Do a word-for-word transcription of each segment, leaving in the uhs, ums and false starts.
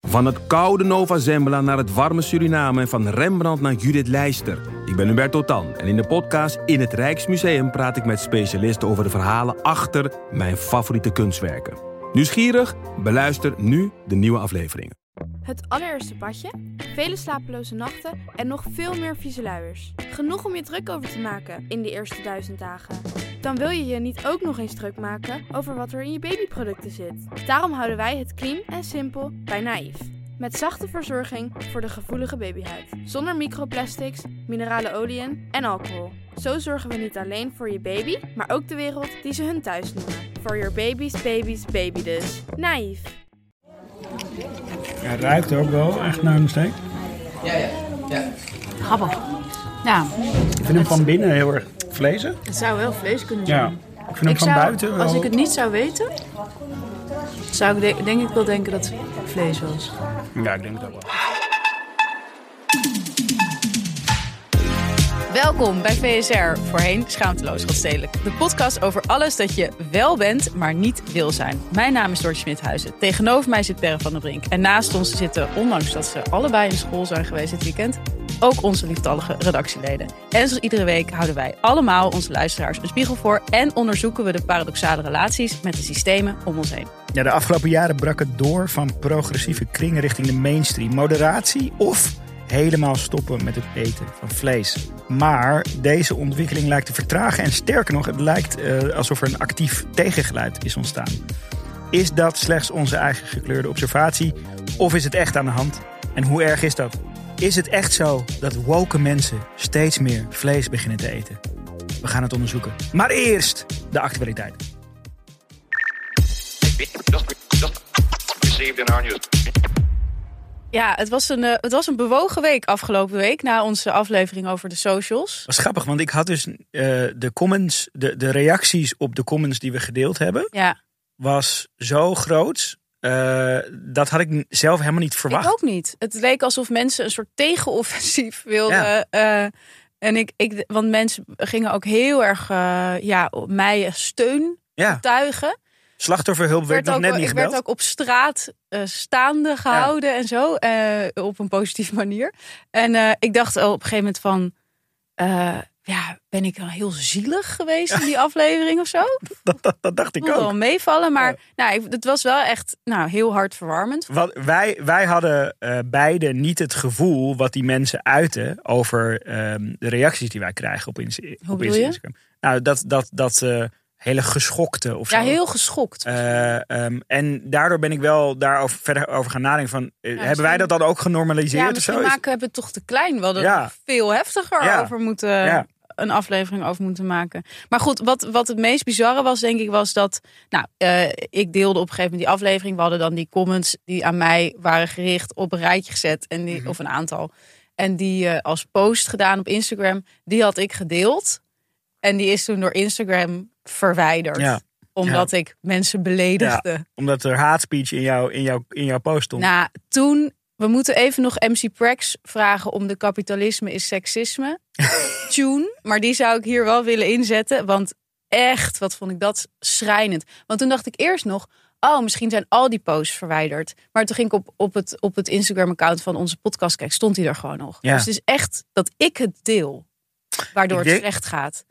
Van het koude Nova Zembla naar het warme Suriname en van Rembrandt naar Judith Leister. Ik ben Hubert Totan en in de podcast In het Rijksmuseum praat ik met specialisten over de verhalen achter mijn favoriete kunstwerken. Nieuwsgierig? Beluister nu de nieuwe afleveringen. Het allereerste padje, vele slapeloze nachten en nog veel meer vieze luiers. Genoeg om je druk over te maken in de eerste duizend dagen. Dan wil je je niet ook nog eens druk maken over wat er in je babyproducten zit. Daarom houden wij het clean en simpel bij Naïef. Met zachte verzorging voor de gevoelige babyhuid. Zonder microplastics, minerale oliën en alcohol. Zo zorgen we niet alleen voor je baby, maar ook de wereld die ze hun thuis noemen. For your baby's baby's baby dus. Naïef. Ja, het ruikt ook wel echt naar een steak. Ja, ja, ja. Grappig. Ja. Ik vind hem van binnen heel erg vleesig. Het zou wel vlees kunnen zijn. Ja. Ik vind hem Ik van zou, buiten wel... Als ik het niet zou weten, zou ik de, denk ik wel denken dat het vlees was. Ja, ik denk het ook wel. Welkom bij V S R, voorheen Schaamteloos Godstedelijk. De podcast over alles dat je wel bent, maar niet wil zijn. Mijn naam is Doortje Smithuizen. Tegenover mij zit Perre van der Brink. En naast ons zitten, ondanks dat ze allebei in school zijn geweest dit weekend, ook onze lieftallige redactieleden. En zoals iedere week houden wij allemaal onze luisteraars een spiegel voor en onderzoeken we de paradoxale relaties met de systemen om ons heen. Ja, de afgelopen jaren brak het door van progressieve kringen richting de mainstream. Moderatie of helemaal stoppen met het eten van vlees. Maar deze ontwikkeling lijkt te vertragen en sterker nog, het lijkt uh, alsof er een actief tegengeluid is ontstaan. Is dat slechts onze eigen gekleurde observatie of is het echt aan de hand? En hoe erg is dat? Is het echt zo dat woke mensen steeds meer vlees beginnen te eten? We gaan het onderzoeken. Maar eerst de actualiteit. Ja, het was, een, uh, het was een bewogen week afgelopen week na onze aflevering over de socials. Dat was grappig, want ik had dus uh, de comments, de, de reacties op de comments die we gedeeld hebben, Ja. was zo groot. Uh, dat had ik zelf helemaal niet verwacht. Ik ook niet. Het leek alsof mensen een soort tegenoffensief wilden. Ja. Uh, en ik, ik, want mensen gingen ook heel erg uh, ja, mij steun Ja. betuigen. Slachtofferhulp werd, werd nog ook, net niet ik gebeld. werd ook op straat uh, staande gehouden ja. en zo. Uh, op een positieve manier. En uh, ik dacht op een gegeven moment van... Uh, ja, ben ik dan heel zielig geweest in die aflevering of zo? dat, dat, dat dacht ik ook. ook. Wel meevallen, maar ja. nou, ik, het was wel echt nou, heel hartverwarmend. Wat, wij, wij hadden uh, beide niet het gevoel wat die mensen uiten over um, de reacties die wij krijgen op, Insta- Hoe op bedoel je? Instagram. Nou, dat, dat, dat uh, hele geschokte of ja, zo. Ja, heel geschokt. Uh, um, en daardoor ben ik wel daarover verder over gaan nadenken van, uh, ja, hebben wij dat dan ook genormaliseerd? Ja, of misschien zo? maken we het toch te klein. We hadden ja. er veel heftiger ja. over moeten... Ja. een aflevering over moeten maken. Maar goed, wat, wat het meest bizarre was, denk ik, was dat... Nou, uh, ik deelde op een gegeven moment die aflevering. We hadden dan die comments die aan mij waren gericht op een rijtje gezet. En die, Mm-hmm. of een aantal. En die uh, als post gedaan op Instagram. Die had ik gedeeld. En die is toen door Instagram verwijderd. Ja. Omdat ja. ik mensen beledigde. Ja, omdat er hate speech in, jou, in, jou, in jouw post stond. Nou, toen... We moeten even nog M C Prax vragen om de kapitalisme is seksisme tune. Maar die zou ik hier wel willen inzetten. Want echt, wat vond ik dat schrijnend. Want toen dacht ik eerst nog... Oh, misschien zijn al die posts verwijderd. Maar toen ging ik op, op het, op het Instagram-account van onze podcast kijken. Stond hij er gewoon nog. Ja. Dus het is echt dat ik het deel. Waardoor ik het denk... slecht gaat.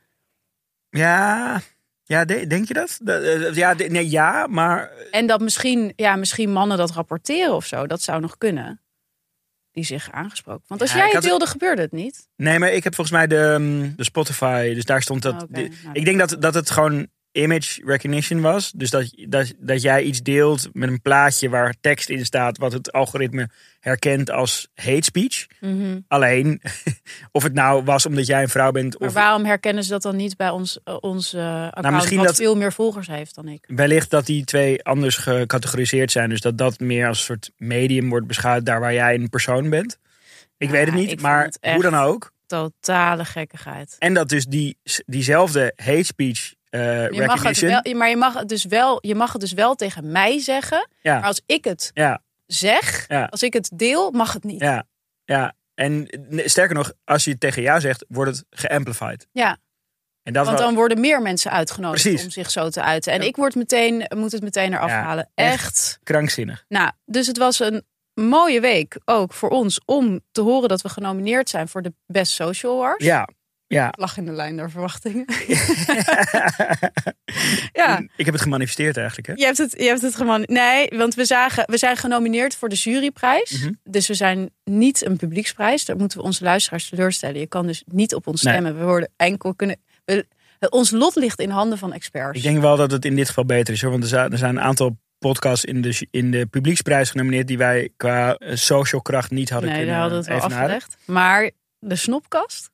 Ja... Ja, denk je dat? Ja, nee, ja, maar... En dat misschien, ja, misschien mannen dat rapporteren of zo. Dat zou nog kunnen. Die zich aangesproken. Want als ja, jij het deelde, het... gebeurde het niet. Nee, maar ik heb volgens mij de, de Spotify. Dus daar stond dat... Oh, okay. de, nou, ik denk dat, dat het gewoon image recognition was. Dus dat, dat, dat jij iets deelt met een plaatje waar tekst in staat... wat het algoritme herkent als hate speech. Mm-hmm. Alleen, of het nou was omdat jij een vrouw bent... Maar of... waarom herkennen ze dat dan niet bij ons, uh, ons uh, account... Nou, misschien wat dat... veel meer volgers heeft dan ik? Wellicht dat die twee anders gecategoriseerd zijn. Dus dat dat meer als een soort medium wordt beschouwd... daar waar jij een persoon bent. Ik ja, weet het niet, maar hoe dan ook. Totale gekkigheid. En dat dus die, diezelfde hate speech uh, je mag het wel, maar je mag het dus wel, je mag het dus wel tegen mij zeggen. Ja. Maar als ik het ja. zeg, ja. als ik het deel, mag het niet. Ja, ja. En sterker nog, als je het tegen jou zegt, wordt het geamplified. Ja. En dat Want wel... dan worden meer mensen uitgenodigd Precies. om zich zo te uiten. En ja. ik word meteen, moet het meteen eraf ja, halen. Echt, echt krankzinnig. Nou, dus het was een mooie week ook voor ons om te horen dat we genomineerd zijn voor de Best Social Awards. Ja, ja. Lag in de lijn der verwachtingen. Ja. Ik heb het gemanifesteerd eigenlijk, hè? Je hebt het, je hebt het gewoon. Nee, want we, zagen, we zijn genomineerd voor de juryprijs. Mm-hmm. Dus we zijn niet een publieksprijs. Daar moeten we onze luisteraars teleurstellen. Je kan dus niet op ons stemmen. Nee. We worden enkel kunnen. We, ons lot ligt in handen van experts. Ik denk wel dat het in dit geval beter is, hoor. Want er zijn, er zijn een aantal podcasts in de, in de publieksprijs genomineerd die wij qua social kracht niet hadden nee, kunnen hadden het wel evenaren. afgelegd. Maar de snopkast?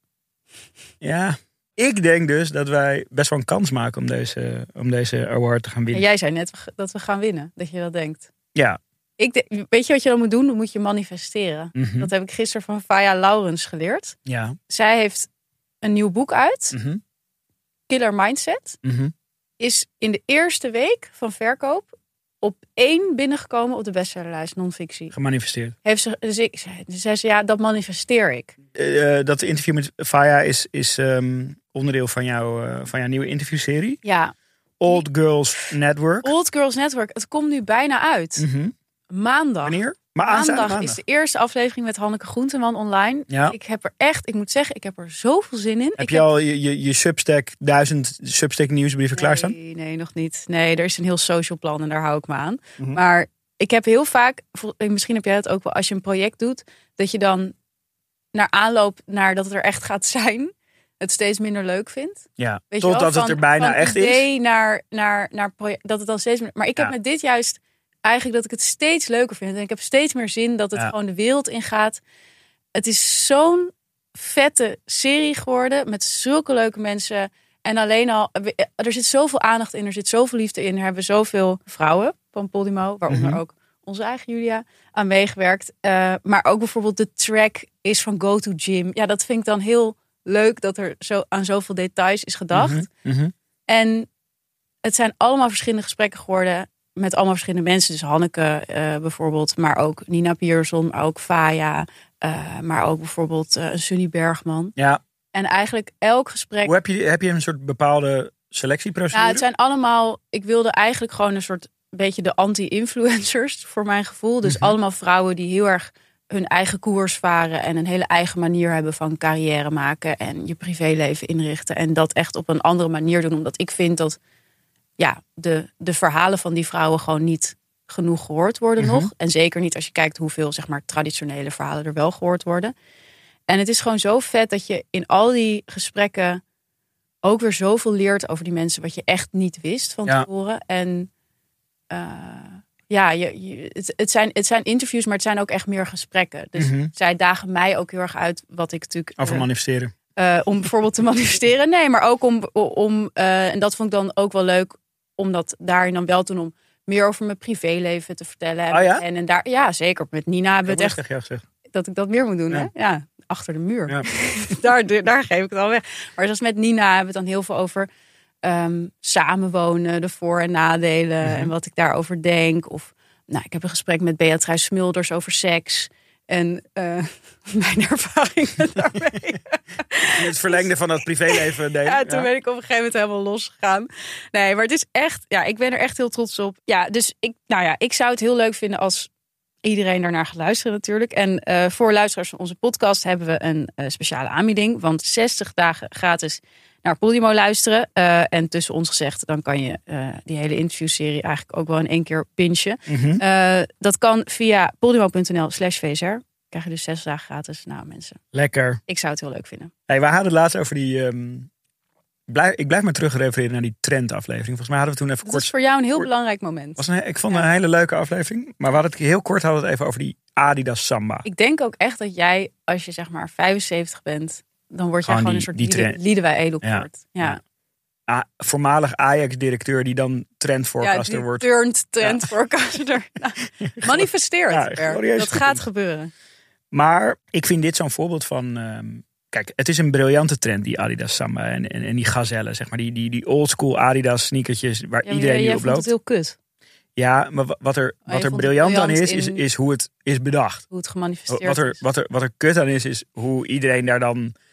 Ja, ik denk dus dat wij best wel een kans maken om deze, om deze award te gaan winnen. En jij zei net dat we gaan winnen, dat je dat denkt. Ja. Ik de, weet je wat je dan moet doen? Dan moet je manifesteren. Mm-hmm. Dat heb ik gisteren van Faya Laurens geleerd. Ja. Zij heeft een nieuw boek uit. Mm-hmm. Killer Mindset. Mm-hmm. Is in de eerste week van verkoop op één binnengekomen op de bestsellerlijst non-fictie. Gemanifesteerd. Heeft ze, dus ik, ze zei ze, ja, dat manifesteer ik. Uh, dat interview met Faya is, is um, onderdeel van, jou, uh, van jouw nieuwe interviewserie. Ja. Old Girls Network. Old Girls Network. Het komt nu bijna uit. Mm-hmm. Maandag. Wanneer? Maar maandag, maandag is de eerste aflevering met Hanneke Groenteman online. Ja. Ik heb er echt, ik moet zeggen, ik heb er zoveel zin in. Heb ik je heb... al je, je, je Substack, duizend Substack nieuwsbrieven nee, klaarstaan? Nee, nog niet. Nee, er is een heel social plan en daar hou ik me aan. Mm-hmm. Maar ik heb heel vaak, misschien heb jij het ook wel, als je een project doet, dat je dan naar aanloop naar dat het er echt gaat zijn, het steeds minder leuk vindt. Ja, Weet totdat het er bijna van echt idee is. Naar, naar, naar project, dat het dan steeds meer. Maar ik heb ja. met dit juist eigenlijk dat ik het steeds leuker vind. En ik heb steeds meer zin dat het ja. gewoon de wereld ingaat. Het is zo'n vette serie geworden met zulke leuke mensen. En alleen al, er zit zoveel aandacht in, er zit zoveel liefde in. Er hebben zoveel vrouwen van Podimo, waaronder mm-hmm. ook onze eigen Julia, aan meegewerkt. Uh, maar ook bijvoorbeeld de track is van Go to Gym. Ja, dat vind ik dan heel leuk dat er zo aan zoveel details is gedacht. Mm-hmm. Mm-hmm. En het zijn allemaal verschillende gesprekken geworden met allemaal verschillende mensen. Dus Hanneke uh, bijvoorbeeld, maar ook Nina Pierson, maar ook Faya, uh, maar ook bijvoorbeeld uh, Sunny Bergman. Ja. En eigenlijk elk gesprek. Hoe heb je, heb je een soort bepaalde selectieprocedure? Nou, het zijn allemaal. Ik wilde eigenlijk gewoon een soort beetje de anti-influencers voor mijn gevoel. Dus mm-hmm. allemaal vrouwen die heel erg hun eigen koers varen en een hele eigen manier hebben van carrière maken en je privéleven inrichten en dat echt op een andere manier doen, omdat ik vind dat ja, de, de verhalen van die vrouwen gewoon niet genoeg gehoord worden mm-hmm. nog. En zeker niet als je kijkt hoeveel zeg maar traditionele verhalen er wel gehoord worden. En het is gewoon zo vet dat je in al die gesprekken ook weer zoveel leert over die mensen wat je echt niet wist van ja. tevoren. En uh, ja, je, je, het, het, zijn, het zijn interviews, maar het zijn ook echt meer gesprekken. Dus mm-hmm. zij dagen mij ook heel erg uit wat ik natuurlijk... Over uh, manifesteren. Uh, om bijvoorbeeld te manifesteren. Nee, maar ook om... om uh, en dat vond ik dan ook wel leuk, omdat daarin dan wel toen om meer over mijn privéleven te vertellen. Oh ja? En, en daar, ja, zeker. Met Nina hebben we het echt... Ja, zeg. Dat ik dat meer moet doen, ja. hè? Ja, achter de muur. Ja. daar, daar geef ik het al weg. Maar zoals met Nina hebben we het dan heel veel over um, samenwonen, de voor- en nadelen mm-hmm. en wat ik daarover denk. Of nou, ik heb een gesprek met Beatrice Smulders over seks. En uh, mijn ervaringen daarmee. Het verlengde van dat privéleven delen. Ja, toen ja. ben ik op een gegeven moment helemaal losgegaan. Nee, maar het is echt... Ja, ik ben er echt heel trots op. Ja, dus ik, nou ja, ik zou het heel leuk vinden als iedereen daarnaar gaat luisteren natuurlijk. En uh, voor luisteraars van onze podcast hebben we een uh, speciale aanbieding. Want zestig dagen gratis naar Podimo luisteren. Uh, en tussen ons gezegd, dan kan je uh, die hele interviewserie eigenlijk ook wel in één keer pinchen. Mm-hmm. Uh, dat kan via podimo.nl slash vsr. Krijg je dus zes dagen gratis. Nou mensen. Lekker. Ik zou het heel leuk vinden. Hey, we hadden het laatst over die... Um, blijf, ik blijf maar terug refereren naar die trendaflevering. Volgens mij hadden we toen even dat kort... Dat is voor jou een heel kort, belangrijk moment. Was een, ik vond het ja. een hele leuke aflevering. Maar we hadden het heel kort hadden we het even over die Adidas Samba. Ik denk ook echt dat jij, als je zeg maar vijfenzeventig bent, dan word jij gewoon, gewoon die, een soort Liede, Liedewij Edelkoort. Ja. ja. Ah, voormalig Ajax-directeur die dan trendforecaster ja, wordt. Turned trendforecaster. Ja. Nou, manifesteert. Ja, er. Dat gaat gebeuren. Maar ik vind dit zo'n voorbeeld van... Um, kijk, het is een briljante trend, die Adidas Samba en, en, en die gazellen, zeg maar. Die, die, die oldschool Adidas sneakertjes waar ja, iedereen nu op loopt. Het heel kut. Ja, maar wat er, oh, wat er briljant aan is, is, is hoe het is bedacht. Hoe het gemanifesteerd wat er, is. Wat er, wat er kut aan is, is hoe iedereen daar dan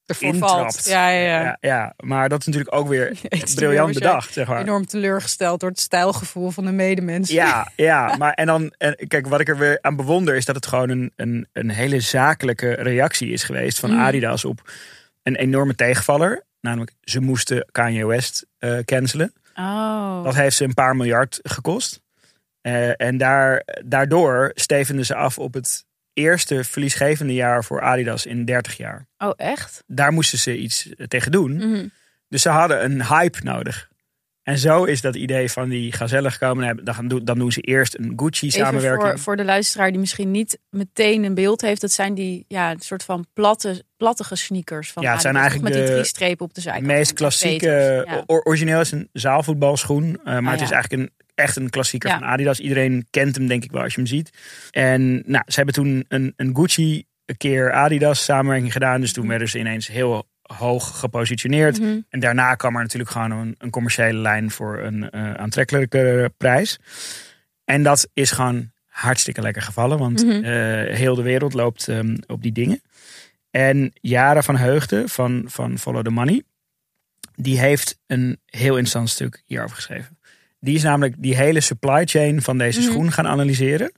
ervoor intrapt. valt. Ja, ja, ja. Ja, ja, maar dat is natuurlijk ook weer Extreem, briljant we bedacht, zeg maar. Enorm teleurgesteld door het stijlgevoel van de medemens. Ja, ja, maar en dan, en kijk, wat ik er weer aan bewonder is dat het gewoon een, een, een hele zakelijke reactie is geweest van Mm. Adidas op een enorme tegenvaller. Namelijk, ze moesten Kanye West uh, cancelen. Oh. Dat heeft ze een paar miljard gekost. Uh, en daar, daardoor stevenden ze af op het eerste verliesgevende jaar voor Adidas in dertig jaar. Oh, echt? Daar moesten ze iets tegen doen. Mm-hmm. Dus ze hadden een hype nodig. En zo is dat idee van die gazellen gekomen. Dan doen, dan doen ze eerst een Gucci-samenwerking. Even voor, voor de luisteraar die misschien niet meteen een beeld heeft. Dat zijn die ja, een soort van platte, plattige sneakers van Ja, het zijn Adidas, eigenlijk met die de drie strepen op de zijkant. meest klassieke. Ja. or- origineel is een zaalvoetbalschoen. Uh, maar Ah, het is ja. eigenlijk een, echt een klassieker Ja. van Adidas. Iedereen kent hem denk ik wel als je hem ziet. En nou, ze hebben toen een, een Gucci een keer Adidas samenwerking gedaan. Dus toen werden ze ineens heel hoog gepositioneerd. Mm-hmm. En daarna kwam er natuurlijk gewoon een, een commerciële lijn voor een uh, aantrekkelijke prijs. En dat is gewoon hartstikke lekker gevallen. Want Mm-hmm. uh, heel de wereld loopt um, op die dingen. En Jara van Heugden van, van Follow the Money, die heeft een heel interessant stuk hierover geschreven. Die is namelijk die hele supply chain van deze Mm-hmm. schoen gaan analyseren.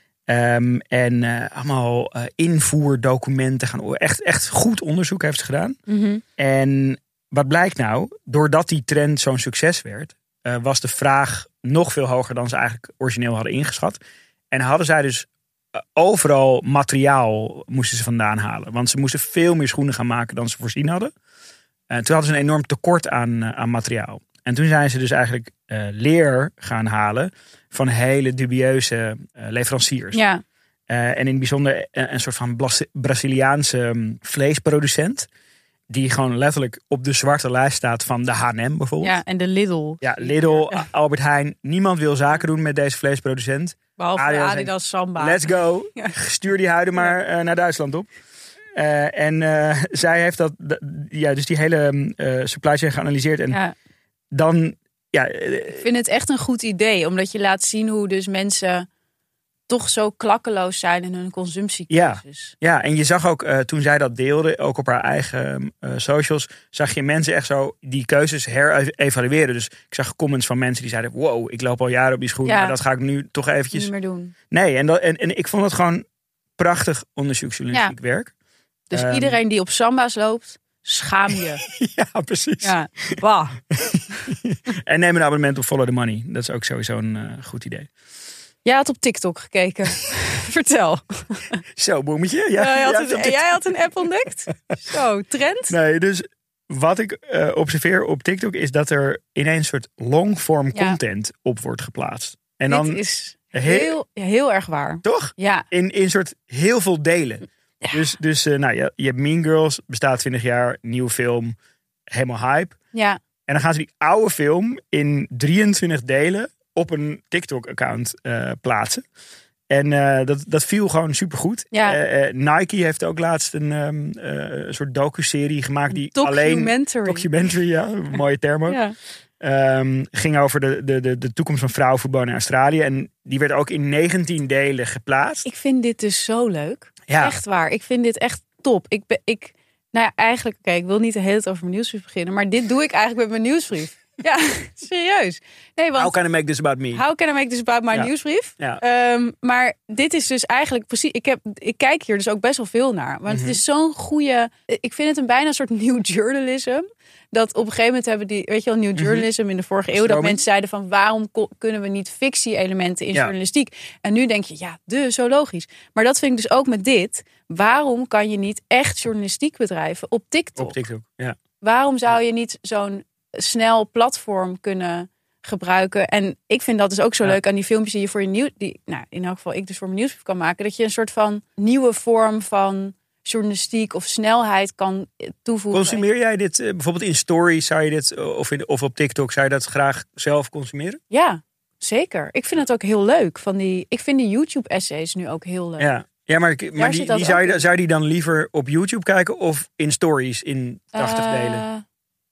Um, en uh, allemaal uh, invoerdocumenten gaan. Echt, echt goed onderzoek heeft ze gedaan. Mm-hmm. En wat blijkt nou? Doordat die trend zo'n succes werd, uh, was de vraag nog veel hoger dan ze eigenlijk origineel hadden ingeschat. En hadden zij dus uh, overal materiaal moesten ze vandaan halen. Want ze moesten veel meer schoenen gaan maken dan ze voorzien hadden. Uh, toen hadden ze een enorm tekort aan, uh, aan materiaal. En toen zijn ze dus eigenlijk uh, leer gaan halen van hele dubieuze uh, leveranciers. Ja. Uh, en in het bijzonder een, een soort van Blas- Braziliaanse um, vleesproducent. Die gewoon letterlijk op de zwarte lijst staat van de H en M bijvoorbeeld. Ja, en de Lidl. Ja, Lidl, Ja. Albert Heijn. Niemand wil zaken doen met deze vleesproducent. Behalve Adidas Adidas, Adidas Samba. Let's go. Ja. Stuur die huiden maar uh, naar Duitsland op. Uh, en uh, zij heeft dat, d- ja, dus die hele uh, supply chain geanalyseerd. En Ja. dan, ja, Ik vind het echt een goed idee. Omdat je laat zien hoe dus mensen toch zo klakkeloos zijn in hun consumptiekeuzes. Ja, en je zag ook uh, toen zij dat deelde, ook op haar eigen uh, socials, zag je mensen echt zo die keuzes herevalueren. Dus ik zag comments van mensen die zeiden, wow, ik loop al jaren op die schoen, Ja. maar dat ga ik nu toch eventjes Niet meer doen. Nee, en, dat, en, en ik vond het gewoon prachtig onderzoeksjournalistiek Ja. werk. Dus Um, iedereen die op Samba's loopt, schaam je. Ja, precies. Ja, bah. En neem een abonnement op Follow the Money. Dat is ook sowieso een uh, goed idee. Jij had op TikTok gekeken. Vertel. Zo, boemetje. Ja, jij, had ja, een, dat is- jij had een app ontdekt? Zo, trend? Nee, dus wat ik uh, observeer op TikTok is dat er ineens een soort longform Ja. content op wordt geplaatst. En dan, Dit is heel- heel, heel erg waar. toch? Ja, In, in soort heel veel delen. Ja. Dus, dus uh, nou, je, je hebt Mean Girls, bestaat twintig jaar, nieuwe film, helemaal hype. ja. En dan gaan ze die oude film in drieëntwintig delen op een TikTok-account uh, plaatsen. En uh, dat, dat viel gewoon supergoed. Ja. Uh, uh, Nike heeft ook laatst een, um, uh, een soort docu-serie gemaakt die alleen... Documentary. Documentary, ja. Een mooie term ook. Ja. Um, ging over de, de, de, de toekomst van vrouwenvoetbal in Australië. En die werd ook in negentien delen geplaatst. Ik vind dit dus zo leuk. Ja. Echt waar. Ik vind dit echt top. Ik ben, ik, nou ja, eigenlijk, oké, ik wil niet de hele tijd over mijn nieuwsbrief beginnen. Maar dit doe ik eigenlijk met mijn nieuwsbrief. Ja, serieus. Nee, want How can I make this about me? how can I make this about my Ja. nieuwsbrief? Ja. Um, maar dit is dus eigenlijk precies. Ik, heb, ik kijk hier dus ook best wel veel naar. Want Mhm. het is zo'n goede. Ik vind het een bijna een soort nieuw journalism. Dat op een gegeven moment hebben die, weet je wel, nieuw journalism in de vorige eeuw. Dat Stroming. mensen zeiden van waarom ko- kunnen we niet fictie-elementen in Ja. journalistiek? En nu denk je, ja, de, zo logisch. Maar dat vind ik dus ook met dit. Waarom kan je niet echt journalistiek bedrijven op TikTok? Op TikTok, ja. Waarom zou je niet zo'n snel platform kunnen gebruiken? En ik vind dat dus ook zo Ja. leuk aan die filmpjes die je voor je nieuws, die, nou, in elk geval ik dus voor mijn nieuwsbrief kan maken, dat je een soort van nieuwe vorm van journalistiek of snelheid kan toevoegen. Consumeer jij dit uh, bijvoorbeeld in stories? Zou je dit, uh, of, in, of op TikTok, zou je dat graag zelf consumeren? Ja, zeker. Ik vind het ook heel leuk. Van die, ik vind die YouTube-essays nu ook heel leuk. Ja, ja maar, maar die, zit dat die zou, ook je, in. zou je die dan liever op YouTube kijken of in stories in tachtig Eh, delen?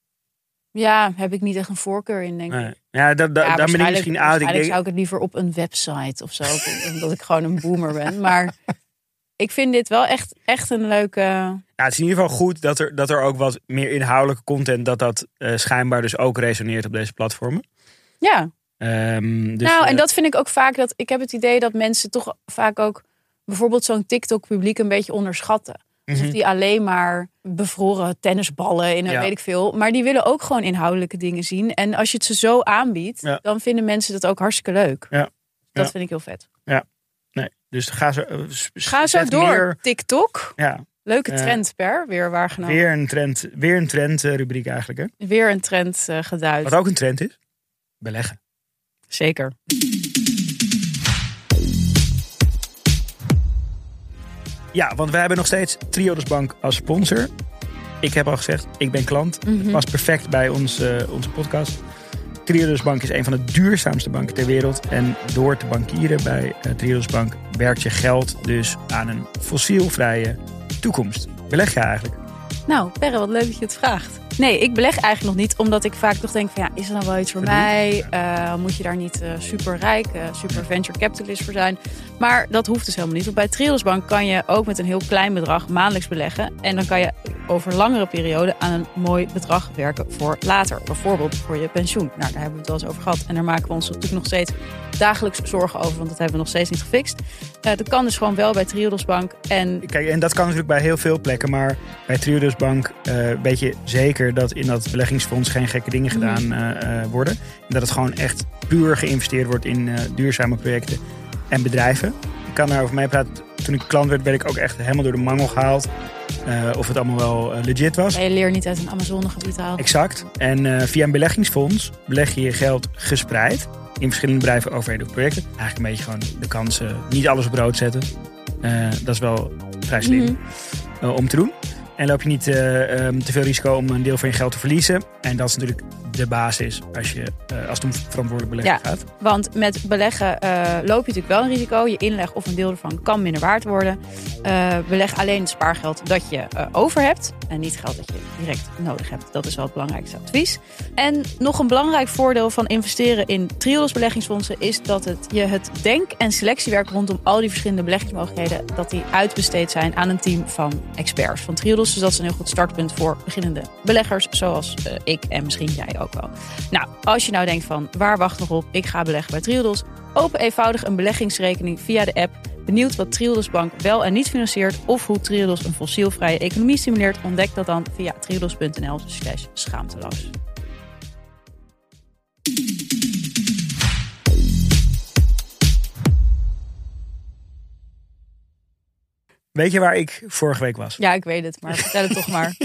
Ja, heb ik niet echt een voorkeur in, denk ik. Nee. Ja, da, da, Ja, dan ben ik waarschijnlijk- misschien oud. Ik waarschijnlijk denk, zou ik het liever op een website of zo, omdat ik gewoon een boomer ben. Maar ik vind dit wel echt, echt een leuke... Nou, het is in ieder geval goed dat er, dat er ook wat meer inhoudelijke content... dat dat uh, schijnbaar dus ook resoneert op deze platformen. Ja. Um, dus, nou, uh, en dat vind ik ook vaak... dat ik heb het idee dat mensen toch vaak ook... bijvoorbeeld zo'n TikTok-publiek een beetje onderschatten. Alsof mm-hmm. die alleen maar bevroren tennisballen in een Ja. weet ik veel. Maar die willen ook gewoon inhoudelijke dingen zien. En als je het ze zo aanbiedt, Ja. dan vinden mensen dat ook hartstikke leuk. Ja. Dat Ja. vind ik heel vet. Ja, nee. Dus ga zo, uh, s- Ga zo zet door, meer- TikTok. ja, Leuke Uh, trend, Per. Weer waargenomen. weer een trend, weer een trend uh, rubriek eigenlijk. Hè? Weer een trend uh, geduid. Wat ook een trend is, beleggen. Zeker. Ja, want wij hebben nog steeds Triodos Bank als sponsor. Ik heb al gezegd, ik ben klant. Mhm. Het past perfect bij ons, uh, onze podcast. Triodos Bank is een van de duurzaamste banken ter wereld. En door te bankieren bij uh, Triodos Bank werkt je geld dus aan een fossielvrije toekomst. Beleg je eigenlijk? Nou, Perre, wat leuk dat je het vraagt. Nee, ik beleg eigenlijk nog niet, omdat ik vaak toch denk van ja, is er nou wel iets voor Verdiend? mij? Uh, moet je daar niet uh, super rijk, uh, super venture capitalist voor zijn? Maar dat hoeft dus helemaal niet. Want bij Triodos Bank kan je ook met een heel klein bedrag maandelijks beleggen. En dan kan je over langere periode aan een mooi bedrag werken voor later. Bijvoorbeeld voor je pensioen. Nou, daar hebben we het wel eens over gehad. En daar maken we ons natuurlijk nog steeds dagelijks zorgen over, want dat hebben we nog steeds niet gefixt. Uh, dat kan dus gewoon wel bij Triodos Bank. En... Kijk, en dat kan natuurlijk bij heel veel plekken, maar bij Triodos Bank uh, weet je zeker dat in dat beleggingsfonds geen gekke dingen gedaan uh, uh, worden. En dat het gewoon echt puur geïnvesteerd wordt in uh, duurzame projecten en bedrijven. Ik kan daar over mij praten. Toen ik klant werd, werd ik ook echt helemaal door de mangel gehaald. Uh, of het allemaal wel uh, legit was. Maar je leert niet uit een Amazonegebied halen. Exact. En uh, via een beleggingsfonds beleg je je geld gespreid in verschillende bedrijven, overheden of projecten. Eigenlijk een beetje gewoon de kansen, niet alles op rood zetten. Uh, dat is wel vrij slim mm-hmm. uh, om te doen. En loop je niet uh, um, te veel risico om een deel van je geld te verliezen. En dat is natuurlijk de basis als, je, uh, als het om verantwoordelijk beleggen ja, gaat. Want met beleggen uh, loop je natuurlijk wel een risico. Je inleg of een deel ervan kan minder waard worden. Uh, beleg alleen het spaargeld dat je uh, over hebt. En niet geld dat je direct nodig hebt. Dat is wel het belangrijkste advies. En nog een belangrijk voordeel van investeren in Triodos beleggingsfondsen is dat het je het denk- en selectiewerk rondom al die verschillende beleggingsmogelijkheden, dat die uitbesteed zijn aan een team van experts van Triodos. Dus dat is een heel goed startpunt voor beginnende beleggers, zoals uh, ik en misschien jij ook wel. Nou, als je nou denkt van waar wacht nog op, ik ga beleggen bij Triodos, open eenvoudig een beleggingsrekening via de app. Benieuwd wat Triodos Bank wel en niet financiert of hoe Triodos een fossielvrije economie stimuleert? Ontdek dat dan via triodos.nl slash schaamteloos. Weet je waar ik vorige week was? Ja, ik weet het, maar vertel het toch maar.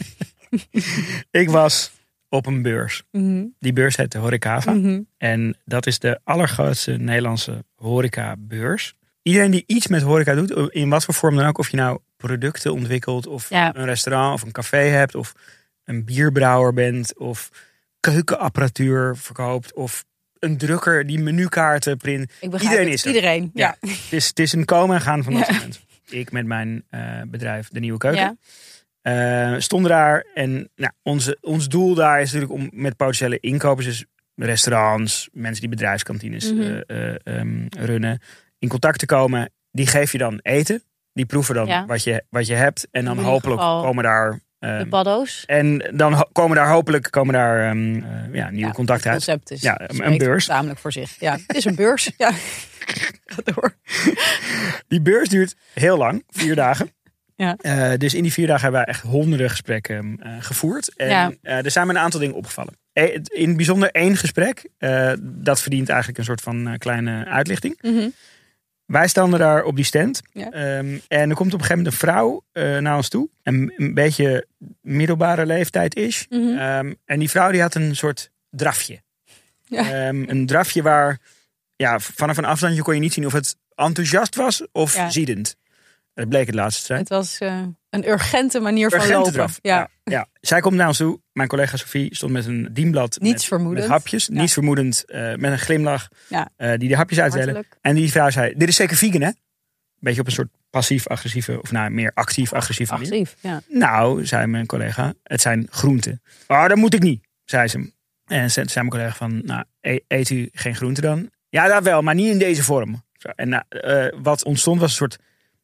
Ik was op een beurs. Mm-hmm. Die beurs heet de Horecava. Mm-hmm. En dat is de allergrootste Nederlandse horecabeurs. Iedereen die iets met horeca doet, in wat voor vorm dan ook, of je nou producten ontwikkelt, of ja. een restaurant of een café hebt, of een bierbrouwer bent, of keukenapparatuur verkoopt, of een drukker die menukaarten print. Iedereen het. is er. Iedereen, ja. ja. Het, is, het is een komen en gaan van dat ja. moment. Ik met mijn uh, bedrijf De Nieuwe Keuken. Ja. Uh, stonden daar en nou, onze, ons doel daar is natuurlijk om met potentiële inkopers, dus restaurants, mensen die bedrijfskantines mm-hmm. uh, uh, um, runnen, in contact te komen. Die geef je dan eten. Die proeven dan ja. wat, je, wat je hebt. En dan hopelijk komen daar Um, de paddo's. En dan ho- komen daar hopelijk komen daar um, uh, ja, nieuwe ja, contacten uit. Het concept is ja, een beurs. Namelijk voor zich. Ja, het is een beurs. Ja. Ga door. Die beurs duurt heel lang, vier dagen. Ja. Uh, dus in die vier dagen hebben wij echt honderden gesprekken uh, gevoerd. En ja. uh, er zijn me een aantal dingen opgevallen. E- in het bijzonder één gesprek. Uh, dat verdient eigenlijk een soort van uh, kleine uitlichting. Mm-hmm. Wij stonden daar op die stand. Ja. Um, en er komt op een gegeven moment een vrouw uh, naar ons toe. Een, een beetje middelbare leeftijd is. Mm-hmm. Um, en die vrouw die had een soort drafje. Ja. Um, een drafje waar ja, vanaf een afstandje kon je niet zien of het enthousiast was of ja. ziedend. Dat bleek het laatste zijn. Het was uh, een urgente manier urgente van lopen. Draf. Ja. Ja, ja. Zij komt naar ons toe. Mijn collega Sophie stond met een dienblad. Niets met, vermoedend. Met hapjes. Ja. Niets vermoedend. Uh, met een glimlach. Ja. Uh, die de hapjes uitdelen. Hartelijk. En die vrouw zei, dit is zeker vegan hè? Beetje op een soort passief-agressieve, of nou meer actief-agressieve manier. Actief, ja. Nou, zei mijn collega, het zijn groenten. Oh, dat moet ik niet, zei ze. En zei mijn collega van, nou, eet u geen groenten dan? Ja, dat wel, maar niet in deze vorm. En uh, wat ontstond was een soort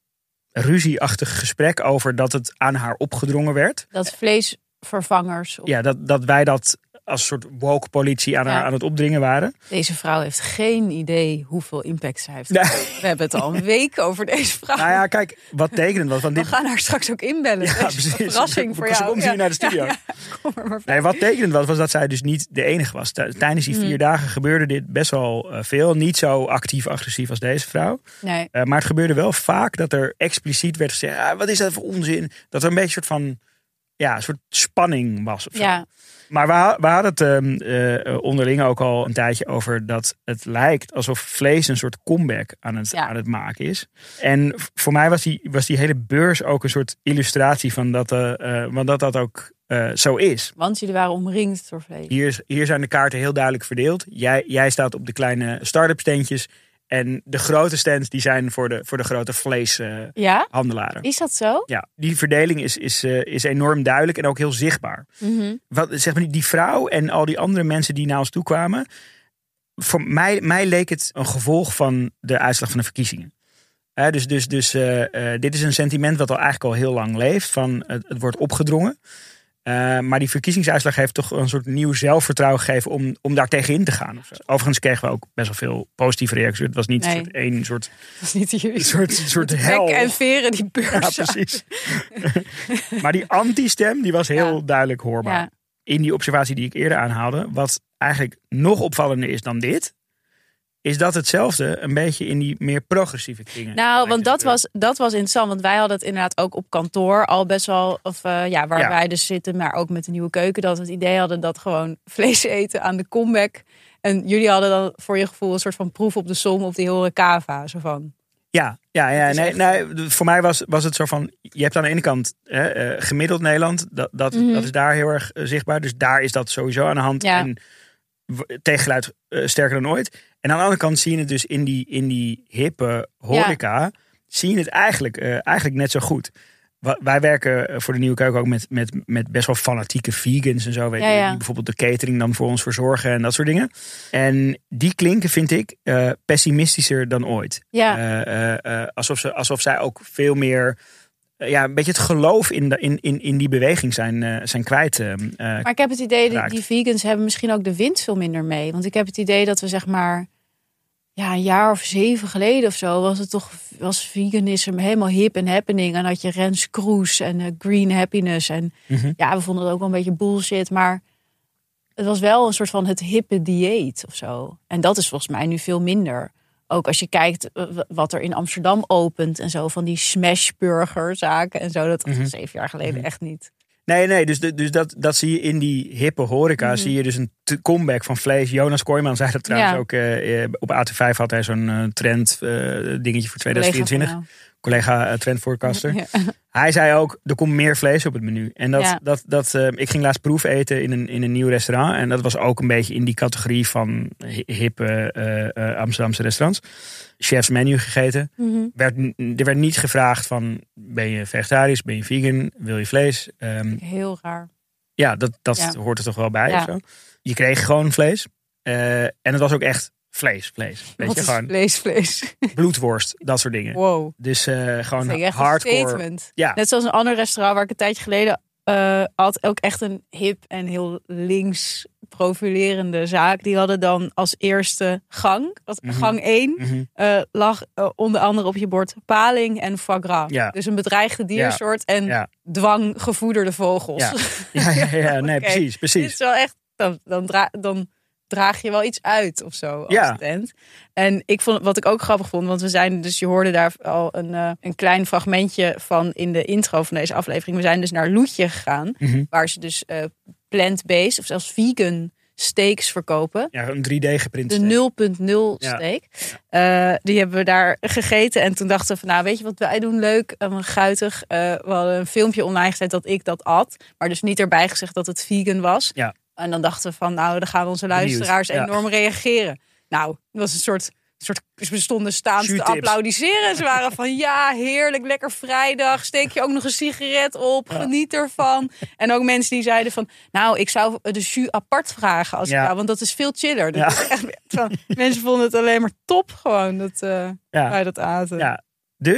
ruzieachtig gesprek over dat het aan haar opgedrongen werd. Dat vleesvervangers. Of... Ja, dat, dat wij dat als soort woke politie aan Ja. haar aan het opdringen waren. Deze vrouw heeft geen idee hoeveel impact ze heeft. Nee. We hebben het al een week over deze vrouw. Nou ja, kijk, wat tekenend was. Want We dit, gaan haar straks ook inbellen. Ja, Ja, precies. Verrassing voor Ze jou. komt hier naar de studio. Ja, ja. Kom er maar nee, wat tekenend was, was dat zij dus niet de enige was. T- Tijdens die vier Mm. dagen gebeurde dit best wel uh, veel. Niet zo actief-agressief als deze vrouw. Nee. Uh, maar het gebeurde wel vaak dat er expliciet werd gezegd... Ah, wat is dat voor onzin? Dat er een beetje een soort van... Ja, een soort spanning was of zo. Ja. Maar we, ha- we hadden het um, uh, onderling ook al een tijdje over dat het lijkt alsof vlees een soort comeback aan het, Ja. aan het maken is. En v- voor mij was die, was die hele beurs ook een soort illustratie van dat, uh, uh, want dat dat ook uh, zo is. Want jullie waren omringd door vlees. Hier, is, hier zijn de kaarten heel duidelijk verdeeld. Jij, jij staat op de kleine start-up standjes. En de grote stands die zijn voor de, voor de grote vleeshandelaren. Ja? Is dat zo? Ja, die verdeling is, is, uh, is enorm duidelijk en ook heel zichtbaar. Mm-hmm. Wat, zeg maar, die vrouw en al die andere mensen die naar ons toe kwamen. Voor mij, mij leek het een gevolg van de uitslag van de verkiezingen. Uh, dus dus, dus uh, uh, dit is een sentiment wat al eigenlijk al heel lang leeft. Van het, het wordt opgedrongen. Uh, maar die verkiezingsuitslag heeft toch een soort nieuw zelfvertrouwen gegeven om, om daar tegenin te gaan. Of zo. Overigens kregen we ook best wel veel positieve reacties. Het was niet Nee. soort één soort, Dat is niet jullie. soort, soort hel. Bek en veren die beurs. Ja, precies. Maar die anti-stem die was heel Ja. duidelijk hoorbaar. Ja. In die observatie die ik eerder aanhaalde. Wat eigenlijk nog opvallender is dan dit. Is dat hetzelfde een beetje in die meer progressieve kringen. Nou, lijkt want te dat gebeuren. was, dat was interessant. Want wij hadden het inderdaad ook op kantoor al best wel... Of uh, ja, waar Ja. wij dus zitten, maar ook met de nieuwe keuken... dat we het idee hadden dat gewoon vlees eten aan de comeback... En jullie hadden dan voor je gevoel een soort van proef op de som op die horecava. Zo van... Ja, ja, ja is nee, echt- nee, voor mij was, was het zo van... Je hebt aan de ene kant hè, uh, gemiddeld Nederland. Dat, dat, Mhm. dat is daar heel erg uh, zichtbaar. Dus daar is dat sowieso aan de hand. Ja. En w- tegengeluid uh, sterker dan ooit. En aan de andere kant zie je het dus in die, in die hippe horeca... zie je het eigenlijk, uh, eigenlijk net zo goed. Wa- Wij werken voor de Nieuwe Keuken ook met, met, met best wel fanatieke vegans en zo. Weet Ja, je, ja. Die bijvoorbeeld de catering dan voor ons verzorgen en dat soort dingen. En die klinken, vind ik, uh, pessimistischer dan ooit. Ja, Uh, uh, uh, alsof, ze, alsof zij ook veel meer... uh, ja, een beetje het geloof in, de, in, in, in die beweging zijn, uh, zijn kwijt. Uh, maar ik heb het idee dat raakt. die vegans hebben misschien ook de wind veel minder mee. Want ik heb het idee dat we zeg maar... Ja, een jaar of zeven geleden of zo was het toch... was veganisme helemaal hip en happening. En had je Rens Kroes en uh, Green Happiness. En Mhm. ja, we vonden het ook wel een beetje bullshit. Maar het was wel een soort van het hippe dieet of zo. En dat is volgens mij nu veel minder. Ook als je kijkt uh, wat er in Amsterdam opent en zo. Van die smashburgerzaken en zo. Dat was Mhm. zeven jaar geleden Mhm. echt niet. Nee, nee, dus, de- dus dat, dat zie je in die hippe horeca. Mhm. Zie je dus een t- comeback van vlees. Jonas Kooijman zei dat trouwens Ja. ook. Uh, op A T vijf had hij zo'n uh, trend uh, dingetje voor tweeduizend drieëntwintig. Collega Collega uh, trendforecaster. van jou. Ja. Hij zei ook, er komt meer vlees op het menu. En dat, Ja. dat, dat, uh, ik ging laatst proef eten in een, in een nieuw restaurant. En dat was ook een beetje in die categorie van hi- hippe uh, uh, Amsterdamse restaurants. Chef's menu gegeten. Mhm. Werd, er werd niet gevraagd van, ben je vegetarisch, ben je vegan, wil je vlees? Um, Heel raar. ja, dat, dat Ja. hoort er toch wel bij. Ja. Of zo. Je kreeg gewoon vlees. Uh, en het was ook echt vlees, vlees. Weet Wat je, is gewoon vlees, vlees? bloedworst, dat soort dingen. Wow. Dus uh, gewoon Dat is echt een hardcore. statement. Ja. Net zoals een ander restaurant waar ik een tijdje geleden uh, had. Ook echt een hip en heel links profilerende zaak. Die hadden dan als eerste gang, als Mhm. gang één, Mhm. uh, lag uh, onder andere op je bord paling en foie gras. Ja. Dus een bedreigde diersoort en Ja. dwang gevoederde vogels. Ja. Ja, ja, ja, nee, Oké. precies, Dit precies. is wel echt, dan, dan, dra- dan draag je wel iets uit of zo als Ja. tent. En ik vond, wat ik ook grappig vond, want we zijn dus, je hoorde daar al een, uh, een klein fragmentje van in de intro van deze aflevering. We zijn dus naar Loetje gegaan, Mhm. waar ze dus uh, plant-based of zelfs vegan steaks verkopen. Ja, een drie D geprinte De steak. nul punt nul Ja. steak. Uh, die hebben we daar gegeten. En toen dachten we van, nou weet je wat wij doen? Leuk, um, guitig. Uh, we hadden een filmpje online gezet dat ik dat at. Maar dus niet erbij gezegd dat het vegan was. Ja. En dan dachten we van, nou dan gaan onze Benieuwd, luisteraars ja. enorm reageren. Nou, het was een soort... soort we stonden staand te Shoot-tips. applaudisseren. Ze waren van, ja, heerlijk, lekker vrijdag. Steek je ook nog een sigaret op. Ja. Geniet ervan. En ook mensen die zeiden van, nou, ik zou de jus apart vragen. Als Ja. ik, nou, want dat is veel chiller. Dat Ja. is echt, van, mensen vonden het alleen maar top gewoon dat uh, Ja. wij dat aten. Ja. Dus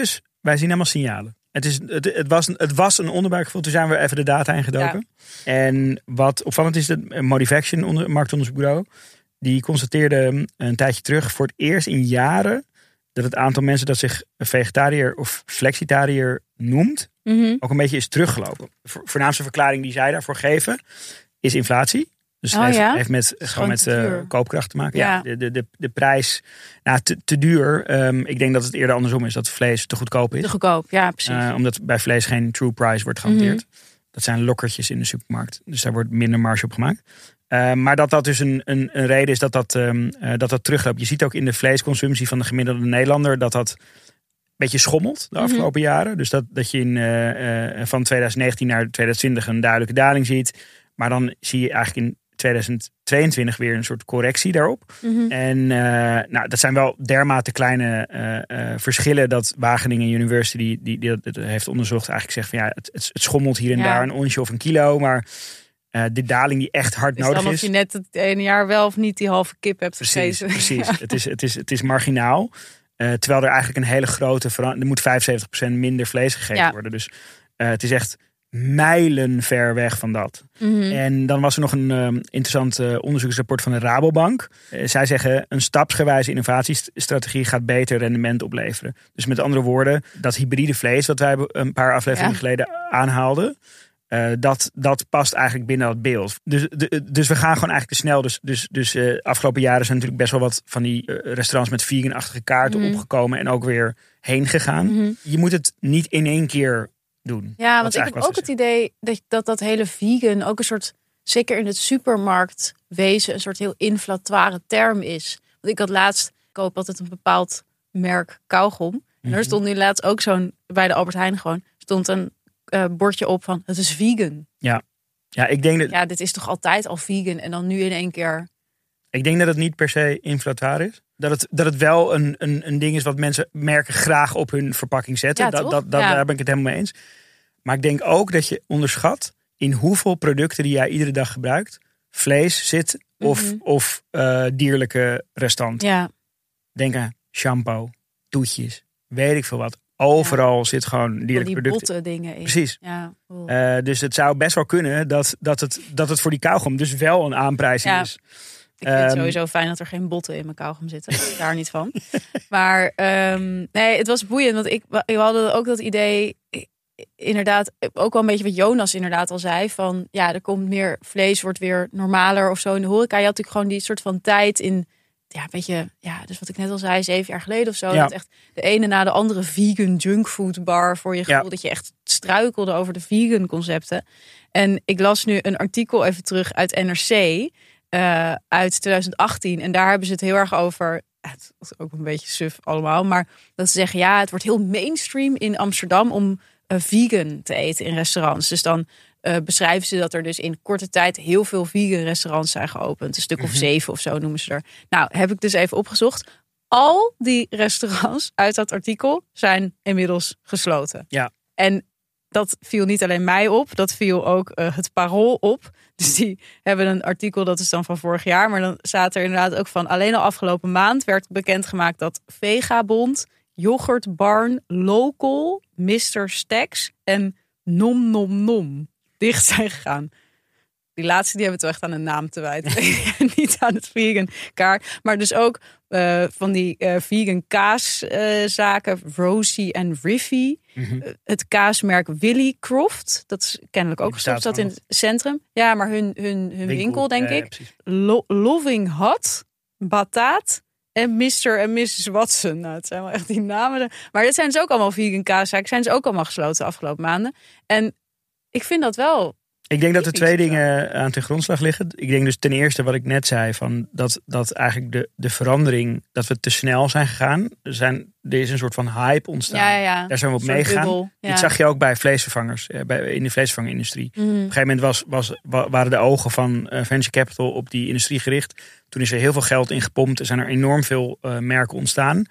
wij zien helemaal signalen. Het, is, het, het, was, het was een onderbuikgevoel. Toen zijn we even de data ingedoken. Ja. En wat opvallend is, het Modifaction, onder, marktonderzoekbureau, die constateerde een tijdje terug voor het eerst in jaren dat het aantal mensen dat zich vegetariër of flexitariër noemt, mm-hmm. ook een beetje is teruggelopen. De voornaamste verklaring die zij daarvoor geven is inflatie. Dus het oh, heeft, ja? heeft met, gewoon met uh, koopkracht te maken. Ja. Ja, de, de, de prijs, nou, te, te duur. Um, ik denk dat het eerder andersom is, dat vlees te goedkoop is. Te goedkoop, ja, precies. Uh, omdat bij vlees geen true price wordt gehanteerd. Mm-hmm. Dat zijn lokkertjes in de supermarkt. Dus daar wordt minder marge op gemaakt. Uh, maar dat dat dus een, een, een reden is dat dat, um, uh, dat dat terugloopt. Je ziet ook in de vleesconsumptie van de gemiddelde Nederlander dat dat een beetje schommelt de afgelopen mm-hmm. jaren. Dus dat, dat je in, uh, uh, van twintig negentien naar twintig twintig een duidelijke daling ziet. Maar dan zie je eigenlijk in twintig tweeëntwintig weer een soort correctie daarop. Mm-hmm. En uh, nou, dat zijn wel dermate kleine uh, uh, verschillen dat Wageningen University, die, die, die dat heeft onderzocht, eigenlijk zegt van ja, het, het, het schommelt hier en ja. daar een onsje of een kilo, maar uh, de daling die echt hard dus nodig dan is. Of je net het ene jaar wel of niet die halve kip hebt precies, gegeten. Precies, ja. het, is, het, is, het is marginaal. Uh, terwijl er eigenlijk een hele grote verandering, er moet vijfenzeventig procent minder vlees gegeten ja. worden. Dus uh, het is echt mijlen ver weg van dat. Mm-hmm. En dan was er nog een uh, interessant uh, onderzoeksrapport van de Rabobank. Uh, zij zeggen een stapsgewijze innovatiestrategie gaat beter rendement opleveren. Dus met andere woorden, dat hybride vlees wat wij een paar afleveringen ja. geleden aanhaalden, uh, dat, dat past eigenlijk binnen dat beeld. Dus, de, dus we gaan gewoon eigenlijk te snel. Dus, dus, dus uh, afgelopen jaren zijn natuurlijk best wel wat van die uh, restaurants met vegan-achtige kaarten mm-hmm. opgekomen en ook weer heen gegaan. Mm-hmm. Je moet het niet in één keer doen. Ja, want ik heb ook het idee dat, dat dat hele vegan ook een soort, zeker in het supermarktwezen, een soort heel inflatoire term is. Want ik had laatst, ik koop altijd een bepaald merk kauwgom. Mm-hmm. En er stond nu laatst ook zo'n, bij de Albert Heijn gewoon, stond een uh, bordje op van, het is vegan. Ja. Ja, ik denk dat... Ja, dit is toch altijd al vegan en dan nu in één keer. Ik denk dat het niet per se inflatoire is. Dat het, dat het wel een, een, een ding is wat mensen merken graag op hun verpakking zetten. Ja, dat, dat, dat, ja. Daar ben ik het helemaal mee eens. Maar ik denk ook dat je onderschat in hoeveel producten die jij iedere dag gebruikt vlees zit of, mm-hmm. of uh, dierlijke restant. Ja. Denk aan shampoo, toetjes, weet ik veel wat. Overal ja. zit gewoon dierlijke die producten. Botte dingen in. Precies. Ja. Uh, dus het zou best wel kunnen dat, dat, het, dat het voor die kauwgom dus wel een aanprijzing ja. is. Ik vind het sowieso fijn dat er geen botten in mijn kauwgom zitten. Daar niet van. Maar um, nee, het was boeiend. Want ik, we hadden ook dat idee, inderdaad, ook wel een beetje wat Jonas inderdaad al zei. Van ja, er komt meer vlees, wordt weer normaler of zo in de horeca. Je had natuurlijk gewoon die soort van tijd in, ja, weet je, ja, dus wat ik net al zei, zeven jaar geleden of zo. Ja. Dat echt de ene na de andere vegan junkfood bar voor je gevoel. Ja. Dat je echt struikelde over de vegan concepten. En ik las nu een artikel even terug uit N R C. Uh, uit twintig achttien. En daar hebben ze het heel erg over. Het was ook een beetje suf allemaal. Maar dat ze zeggen, ja, het wordt heel mainstream in Amsterdam om uh, vegan te eten in restaurants. Dus dan uh, beschrijven ze dat er dus in korte tijd heel veel vegan restaurants zijn geopend. Een stuk of mm-hmm. zeven of zo noemen ze er. Nou, heb ik dus even opgezocht. Al die restaurants uit dat artikel zijn inmiddels gesloten. Ja. En dat viel niet alleen mij op, dat viel ook uh, het Parool op. Dus die hebben een artikel, dat is dan van vorig jaar. Maar dan staat er inderdaad ook van, alleen al afgelopen maand werd bekendgemaakt dat Vegabond, Yoghurt Barn, Local, mister Stacks en Nom Nom Nom dicht zijn gegaan. Die laatste die hebben toch echt aan een naam te wijten. Niet aan het vegan kaart. Maar dus ook uh, van die uh, vegan kaaszaken. Uh, Rosie en Riffy. Mm-hmm. Uh, het kaasmerk Willy Croft. Dat is kennelijk ook gestopt. Dat in het centrum. Ja, maar hun, hun, hun winkel, winkel denk ja, ik. Ja, Lo- Loving Hut. Bataat. En mister en missus Watson. Nou, het zijn wel echt die namen. Maar dit zijn dus ook allemaal vegan kaaszaken. Zijn ze ook allemaal gesloten de afgelopen maanden. En ik vind dat wel... Ik denk dat er twee dingen aan ten grondslag liggen. Ik denk dus ten eerste wat ik net zei, van dat, dat eigenlijk de, de verandering, dat we te snel zijn gegaan. Er, zijn, er is een soort van hype ontstaan. Ja, ja. Daar zijn we op meegegaan. Ja. Dit zag je ook bij vleesvervangers, bij, in de vleesvervangindustrie. Mm. Op een gegeven moment was, was, waren de ogen van uh, venture capital op die industrie gericht. Toen is er heel veel geld in gepompt. Er zijn er enorm veel uh, merken ontstaan.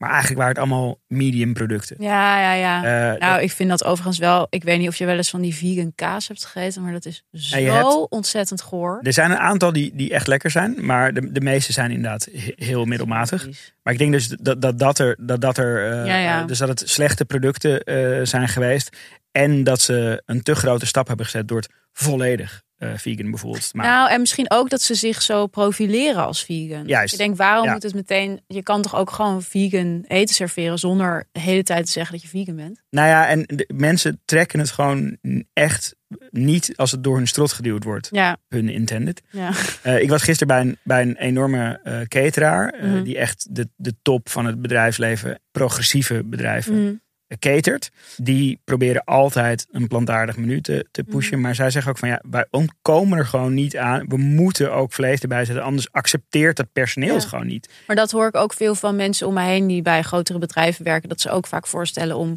Maar eigenlijk waren het allemaal medium producten. Ja, ja, ja. Uh, nou, dat... ik vind dat overigens wel... Ik weet niet of je wel eens van die vegan kaas hebt gegeten. Maar dat is zo hebt, ontzettend goor. Er zijn een aantal die, die echt lekker zijn. Maar de, de meeste zijn inderdaad heel middelmatig. Maar ik denk dus dat dat, dat er... Dat, dat er uh, ja, ja. Dus dat het slechte producten uh, zijn geweest. En dat ze een te grote stap hebben gezet door het volledig... Uh, vegan bijvoorbeeld. Maar... Nou, en misschien ook dat ze zich zo profileren als vegan. Juist. Je denkt, waarom ja. moet het meteen... Je kan toch ook gewoon vegan eten serveren... zonder de hele tijd te zeggen dat je vegan bent? Nou ja, en de mensen trekken het gewoon echt niet... als het door hun strot geduwd wordt. Ja. Hun intended. Ja. Uh, ik was gisteren bij een, bij een enorme uh, cateraar... Uh, mm-hmm. die echt de, de top van het bedrijfsleven... progressieve bedrijven... Mm-hmm. catert. Die proberen altijd een plantaardig menu te, te pushen. Mm. Maar zij zeggen ook van ja, wij ontkomen er gewoon niet aan. We moeten ook vlees erbij zetten. Anders accepteert het personeel ja. het gewoon niet. Maar dat hoor ik ook veel van mensen om me heen die bij grotere bedrijven werken. Dat ze ook vaak voorstellen om,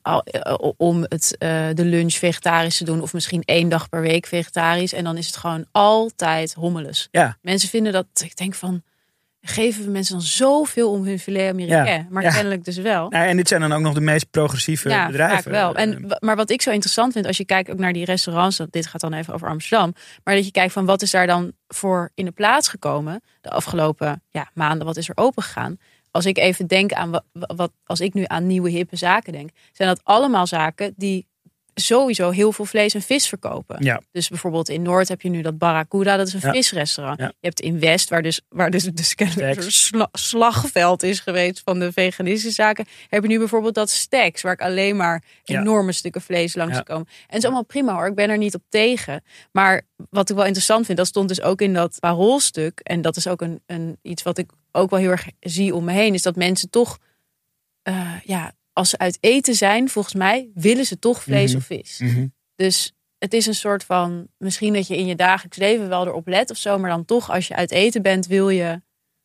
om het, uh, de lunch vegetarisch te doen. Of misschien één dag per week vegetarisch. En dan is het gewoon altijd hommeles. Ja. Mensen vinden dat, ik denk van... Geven we mensen dan zoveel om hun filet américain? Ja, maar ja. kennelijk dus wel. Ja, en dit zijn dan ook nog de meest progressieve ja, bedrijven. Vaak wel. En, maar wat ik zo interessant vind, als je kijkt ook naar die restaurants, dat dit gaat dan even over Amsterdam, maar dat je kijkt van wat is daar dan voor in de plaats gekomen de afgelopen ja, maanden, wat is er open gegaan? Als ik even denk aan wat, wat, als ik nu aan nieuwe hippe zaken denk, zijn dat allemaal zaken die sowieso heel veel vlees en vis verkopen. Ja. Dus bijvoorbeeld in Noord heb je nu dat Barracuda, dat is een ja. visrestaurant. Ja. Je hebt in West, waar dus, waar dus, dus een sla, slagveld is geweest van de veganistische zaken, heb je nu bijvoorbeeld dat Stacks, waar ik alleen maar enorme ja. stukken vlees langs ja. komen. En het is allemaal prima hoor, ik ben er niet op tegen. Maar wat ik wel interessant vind, dat stond dus ook in dat paroolstuk, en dat is ook een, een iets wat ik ook wel heel erg zie om me heen, is dat mensen toch uh, ja, als ze uit eten zijn, volgens mij, willen ze toch vlees mm-hmm. of vis. Mm-hmm. Dus het is een soort van, misschien dat je in je dagelijks leven wel erop let of zo, maar dan toch, als je uit eten bent, wil je,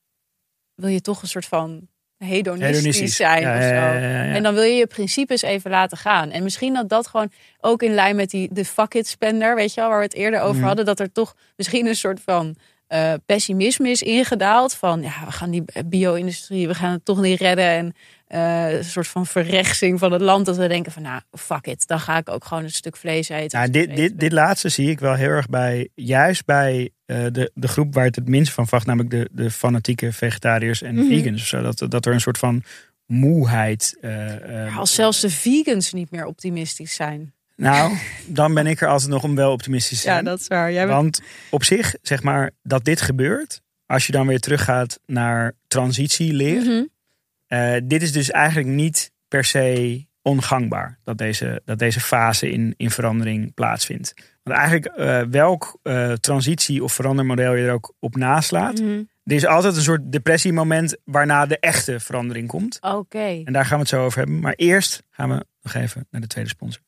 wil je toch een soort van hedonistisch, hedonistisch. zijn. Ja, of zo. ja, ja, ja, ja. En dan wil je je principes even laten gaan. En misschien dat dat gewoon ook in lijn met die de fuck it spender, weet je wel, waar we het eerder over mm-hmm. hadden, dat er toch misschien een soort van Uh, pessimisme is ingedaald. Van ja, we gaan die bio-industrie, we gaan het toch niet redden. En uh, een soort van verrechtsing van het land. Dat we denken van nou, fuck it. Dan ga ik ook gewoon een stuk vlees eten. Nou, dit, dit, dit laatste zie ik wel heel erg bij, juist bij uh, de, de groep waar het het minst van vraagt. Namelijk de, de fanatieke vegetariërs en mm-hmm. vegans. Of zo. Dat, dat er een soort van moeheid. Uh, uh, ja, als zelfs de vegans niet meer optimistisch zijn. Nou, dan ben ik er altijd nog om wel optimistisch te zijn. Ja, dat is waar. Jij bent... Want op zich, zeg maar, dat dit gebeurt, als je dan weer teruggaat naar transitieleer. Mm-hmm. Uh, dit is dus eigenlijk niet per se ongangbaar dat deze, dat deze fase in, in verandering plaatsvindt. Want eigenlijk uh, welk uh, transitie- of verandermodel je er ook op naslaat, mm-hmm. er is altijd een soort depressiemoment waarna de echte verandering komt. Oké. Okay. En daar gaan we het zo over hebben. Maar eerst gaan we nog even naar de tweede sponsor.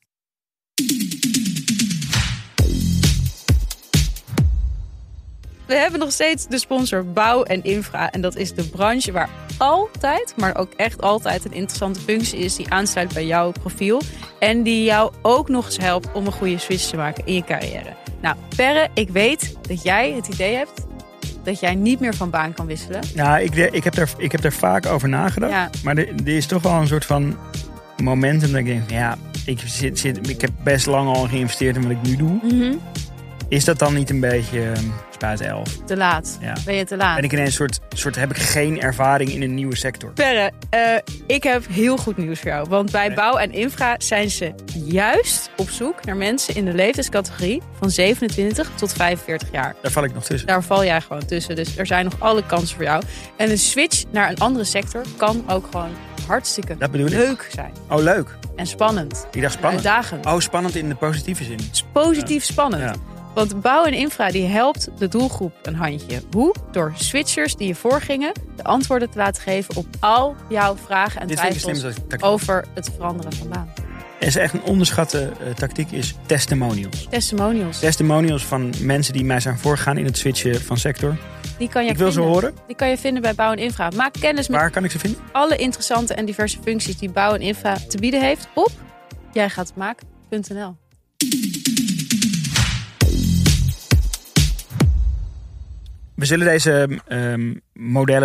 We hebben nog steeds de sponsor Bouw en Infra. En dat is de branche waar altijd, maar ook echt altijd een interessante functie is die aansluit bij jouw profiel. En die jou ook nog eens helpt om een goede switch te maken in je carrière. Nou, Perre, ik weet dat jij het idee hebt dat jij niet meer van baan kan wisselen. Nou, ik, ik, heb, er, ik heb er vaak over nagedacht. Ja. Maar er, er is toch wel een soort van momentum dat ik denk, ja, ik, zit, zit, ik heb best lang al geïnvesteerd in wat ik nu doe. Mm-hmm. Is dat dan niet een beetje spuit elf? Te laat. Ja. Ben je te laat? Ben ik ineens een soort, soort, heb ik geen ervaring in een nieuwe sector? Perre, uh, ik heb heel goed nieuws voor jou. Want bij nee. Bouw en Infra zijn ze juist op zoek naar mensen in de leeftijdscategorie van zevenentwintig tot vijfenveertig jaar. Daar val ik nog tussen. Daar val jij gewoon tussen. Dus er zijn nog alle kansen voor jou. En een switch naar een andere sector kan ook gewoon hartstikke dat bedoel leuk ik. zijn. Oh, leuk. En spannend. Ik dacht spannend. Uitdagend. Oh, spannend in de positieve zin. Positief ja. spannend. Ja. Want Bouw en Infra die helpt de doelgroep een handje. Hoe? Door switchers die je voorgingen de antwoorden te laten geven op al jouw vragen en Dit twijfels over het veranderen van baan. Er is echt een onderschatte uh, tactiek is testimonials. Testimonials. Testimonials van mensen die mij zijn voorgegaan in het switchen van sector. Die kan je ik wil vinden. ze horen. Die kan je vinden bij Bouw en Infra. Maak kennis met Waar kan ik ze vinden? alle interessante en diverse functies die Bouw en Infra te bieden heeft op jijgaathetmaken punt n l. We zullen deze um, modellen die ik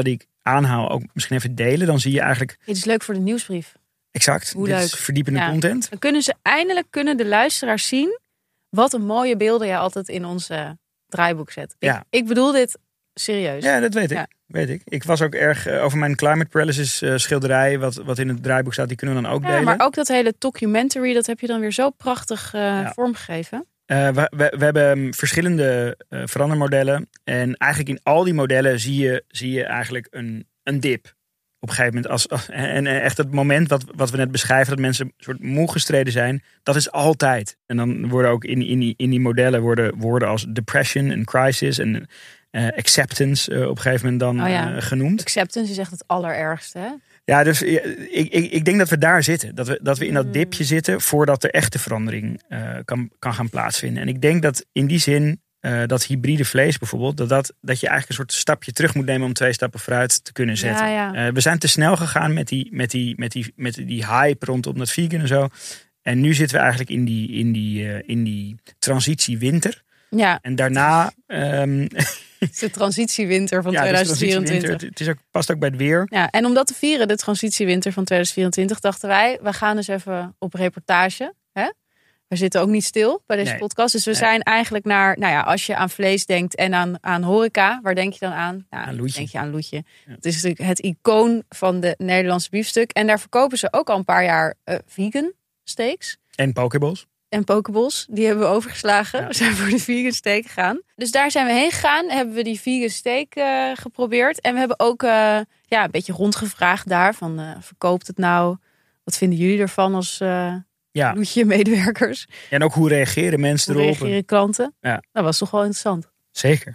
aanhaal ook misschien even delen. Dan zie je eigenlijk... Het is leuk voor de nieuwsbrief. Exact. Hoe dit leuk. is verdiepende Ja. content. Dan kunnen ze eindelijk kunnen de luisteraars zien wat een mooie beelden jij altijd in ons uh, draaiboek zet. Ik, Ja. ik bedoel dit serieus. Ja, dat weet ik. Ja. Weet ik. Ik was ook erg uh, over mijn climate paralysis uh, schilderij, wat, wat in het draaiboek staat, die kunnen we dan ook Ja, delen. maar ook dat hele documentary, dat heb je dan weer zo prachtig uh, Ja. vormgegeven. Uh, we, we, we hebben verschillende uh, verandermodellen. En eigenlijk in al die modellen zie je, zie je eigenlijk een, een dip. Op een gegeven moment. Als, als, en echt het moment wat, wat we net beschrijven, dat mensen een soort moe gestreden zijn, dat is altijd. En dan worden ook in, in, die, in die modellen worden woorden als depression en crisis en uh, acceptance uh, op een gegeven moment dan oh ja. uh, genoemd. Acceptance is echt het allerergste, hè? Ja, dus ja, ik, ik, ik denk dat we daar zitten. Dat we, dat we in dat dipje zitten voordat er echte verandering uh, kan, kan gaan plaatsvinden. En ik denk dat in die zin, uh, dat hybride vlees bijvoorbeeld, dat, dat, dat je eigenlijk een soort stapje terug moet nemen om twee stappen vooruit te kunnen zetten. Ja, ja. Uh, we zijn te snel gegaan met die, met, die, met, die, met die hype rondom dat vegan en zo. En nu zitten we eigenlijk in die, in die, uh, in die transitie winter. Ja. En daarna... Um, Het is de transitiewinter van ja, tweeduizend vierentwintig. Transitiewinter. Het is ook, past ook bij het weer. Ja, en om dat te vieren, de transitiewinter van tweeduizend vierentwintig, dachten wij, we gaan dus even op reportage. Hè? We zitten ook niet stil bij deze nee. podcast. Dus we nee. zijn eigenlijk naar, nou ja, als je aan vlees denkt en aan, aan horeca, waar denk je dan aan? Nou, aan Loetje. denk je aan Loetje. Ja. Het is natuurlijk het icoon van de Nederlandse biefstuk. En daar verkopen ze ook al een paar jaar uh, vegan steaks. En pokeballs. En pokeballs, die hebben we overgeslagen. Ja. We zijn voor de vegan steak gegaan. Dus daar zijn we heen gegaan. Hebben we die vegan steak uh, geprobeerd. En we hebben ook uh, ja, een beetje rondgevraagd daar. Van, uh, verkoopt het nou? Wat vinden jullie ervan als uh, ja. Loetje-medewerkers? En ook hoe reageren mensen hoe erop? Hoe reageren klanten? Ja. Dat was toch wel interessant. Zeker.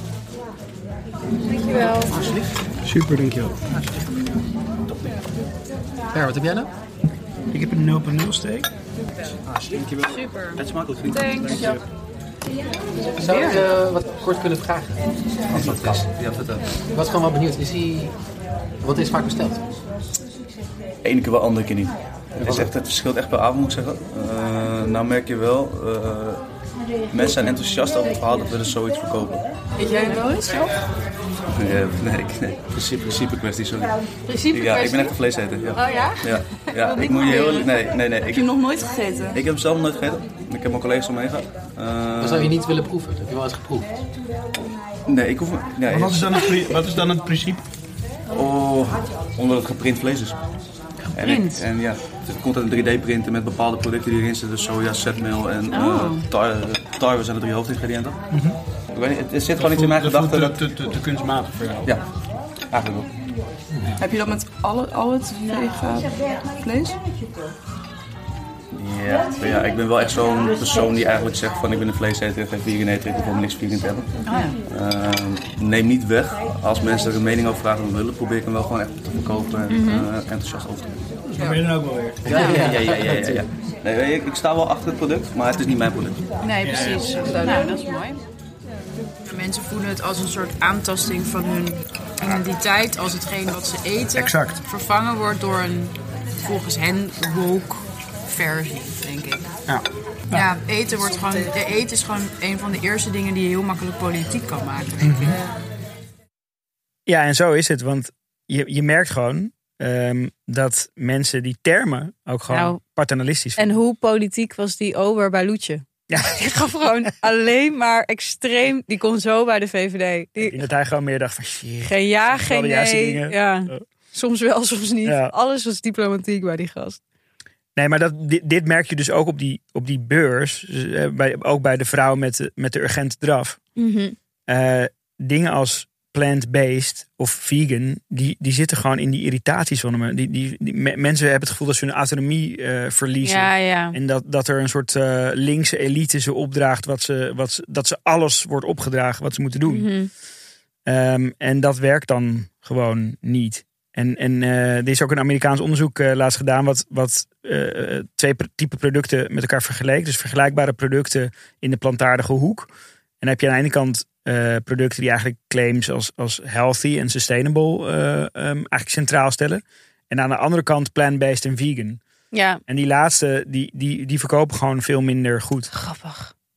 Dankjewel. Super, dankjewel. Ja, wat heb jij nou? Ik heb een nul punt nul steak. Ah, dankjewel. Super. Het smaakt ook goed. Thanks. Zou ik uh, wat kort kunnen vragen? Als dat kan. Ja, vertel. Ik was gewoon wel benieuwd. Is die... Wat is vaak besteld? Eén keer wel, andere keer niet. Het, is echt, het verschilt echt per avond, moet ik zeggen. Uh, nou merk je wel, uh, mensen zijn enthousiast over het verhaal dat we dus zoiets verkopen. Eet jij het wel eens zelf? Nee, nee, nee. Principe, principe kwestie, sorry. Principe ja, ik ben echt een vleeseter. Ja. Oh ja? Ja, ja ik moet je heel... Nee, nee, nee. Heb Ik, je nog nooit gegeten? ik heb hem zelf nooit gegeten. Ik heb mijn collega's al meegaan. Uh, maar zou je niet willen proeven? Dat heb je wel eens geproefd? Nee, ik hoef... Nee, Maar wat is dan het, wat is dan het principe? Oh, omdat het geprint vlees is. En, ik, en ja, het komt uit een drie D printen met bepaalde producten die erin zitten. Dus soja, zetmeel en oh. uh, tar, tarwe zijn de drie hoofdingrediënten. Mm-hmm. Ik weet niet, het, het zit gewoon niet in mijn gedachten. Dat te, te, te kunstmatig voor jou. Ja, eigenlijk wel. Heb je dat met alle, al het vega vlees? Ja, ja, ik ben wel echt zo'n persoon die eigenlijk zegt van ik ben een vleeseter en geen vegan eter. Ik hoef helemaal niks vegan te hebben. Oh ja. Uh, neem niet weg. Als mensen er een mening over vragen en willen, probeer ik hem wel gewoon echt te verkopen en mm-hmm. uh, enthousiast over te geven. Dat ben je dan ook wel weer. Ja, ja, ja, ja, ja, ja, ja. Nee, ik, ik sta wel achter het product, maar het is niet mijn product. Nee, precies. Nou, dat is mooi. Mensen voelen het als een soort aantasting van hun identiteit, als hetgeen wat ze eten Exact. vervangen wordt door een, volgens hen, woke versie, denk ik. Ja. Ja, eten, wordt gewoon, eten is gewoon een van de eerste dingen die je heel makkelijk politiek kan maken, denk ik. Ja, en zo is het. Want je, je merkt gewoon um, dat mensen die termen ook gewoon nou, paternalistisch vinden. En hoe politiek was die ober bij Loetje? Ja. Die gaf gewoon alleen maar extreem. Die kon zo bij de V V D. Die, in dat hij gewoon meer dacht van shit. Geen ja, geen nee. Ja. Oh. Soms wel, soms niet. Ja. Alles was diplomatiek bij die gast. Nee, maar dat, dit, dit merk je dus ook op die, op die beurs. Uh, bij, ook bij de vrouw met de, met de urgente draf. Mm-hmm. Uh, dingen als plant-based of vegan, die, die zitten gewoon in die irritatiezone. Die, die, die, me, mensen hebben het gevoel dat ze hun autonomie uh, verliezen. Ja, ja. En dat, dat er een soort uh, linkse elite ze opdraagt, wat ze, wat ze, dat ze alles wordt opgedragen wat ze moeten doen. Mm-hmm. Um, en dat werkt dan gewoon niet. En, en uh, er is ook een Amerikaans onderzoek uh, laatst gedaan wat, wat uh, twee typen producten met elkaar vergeleek. Dus vergelijkbare producten in de plantaardige hoek. En dan heb je aan de ene kant uh, producten die eigenlijk claims als, als healthy en sustainable uh, um, eigenlijk centraal stellen. En aan de andere kant plant-based en vegan. Ja. En die laatste, die, die, die verkopen gewoon veel minder goed. Grappig.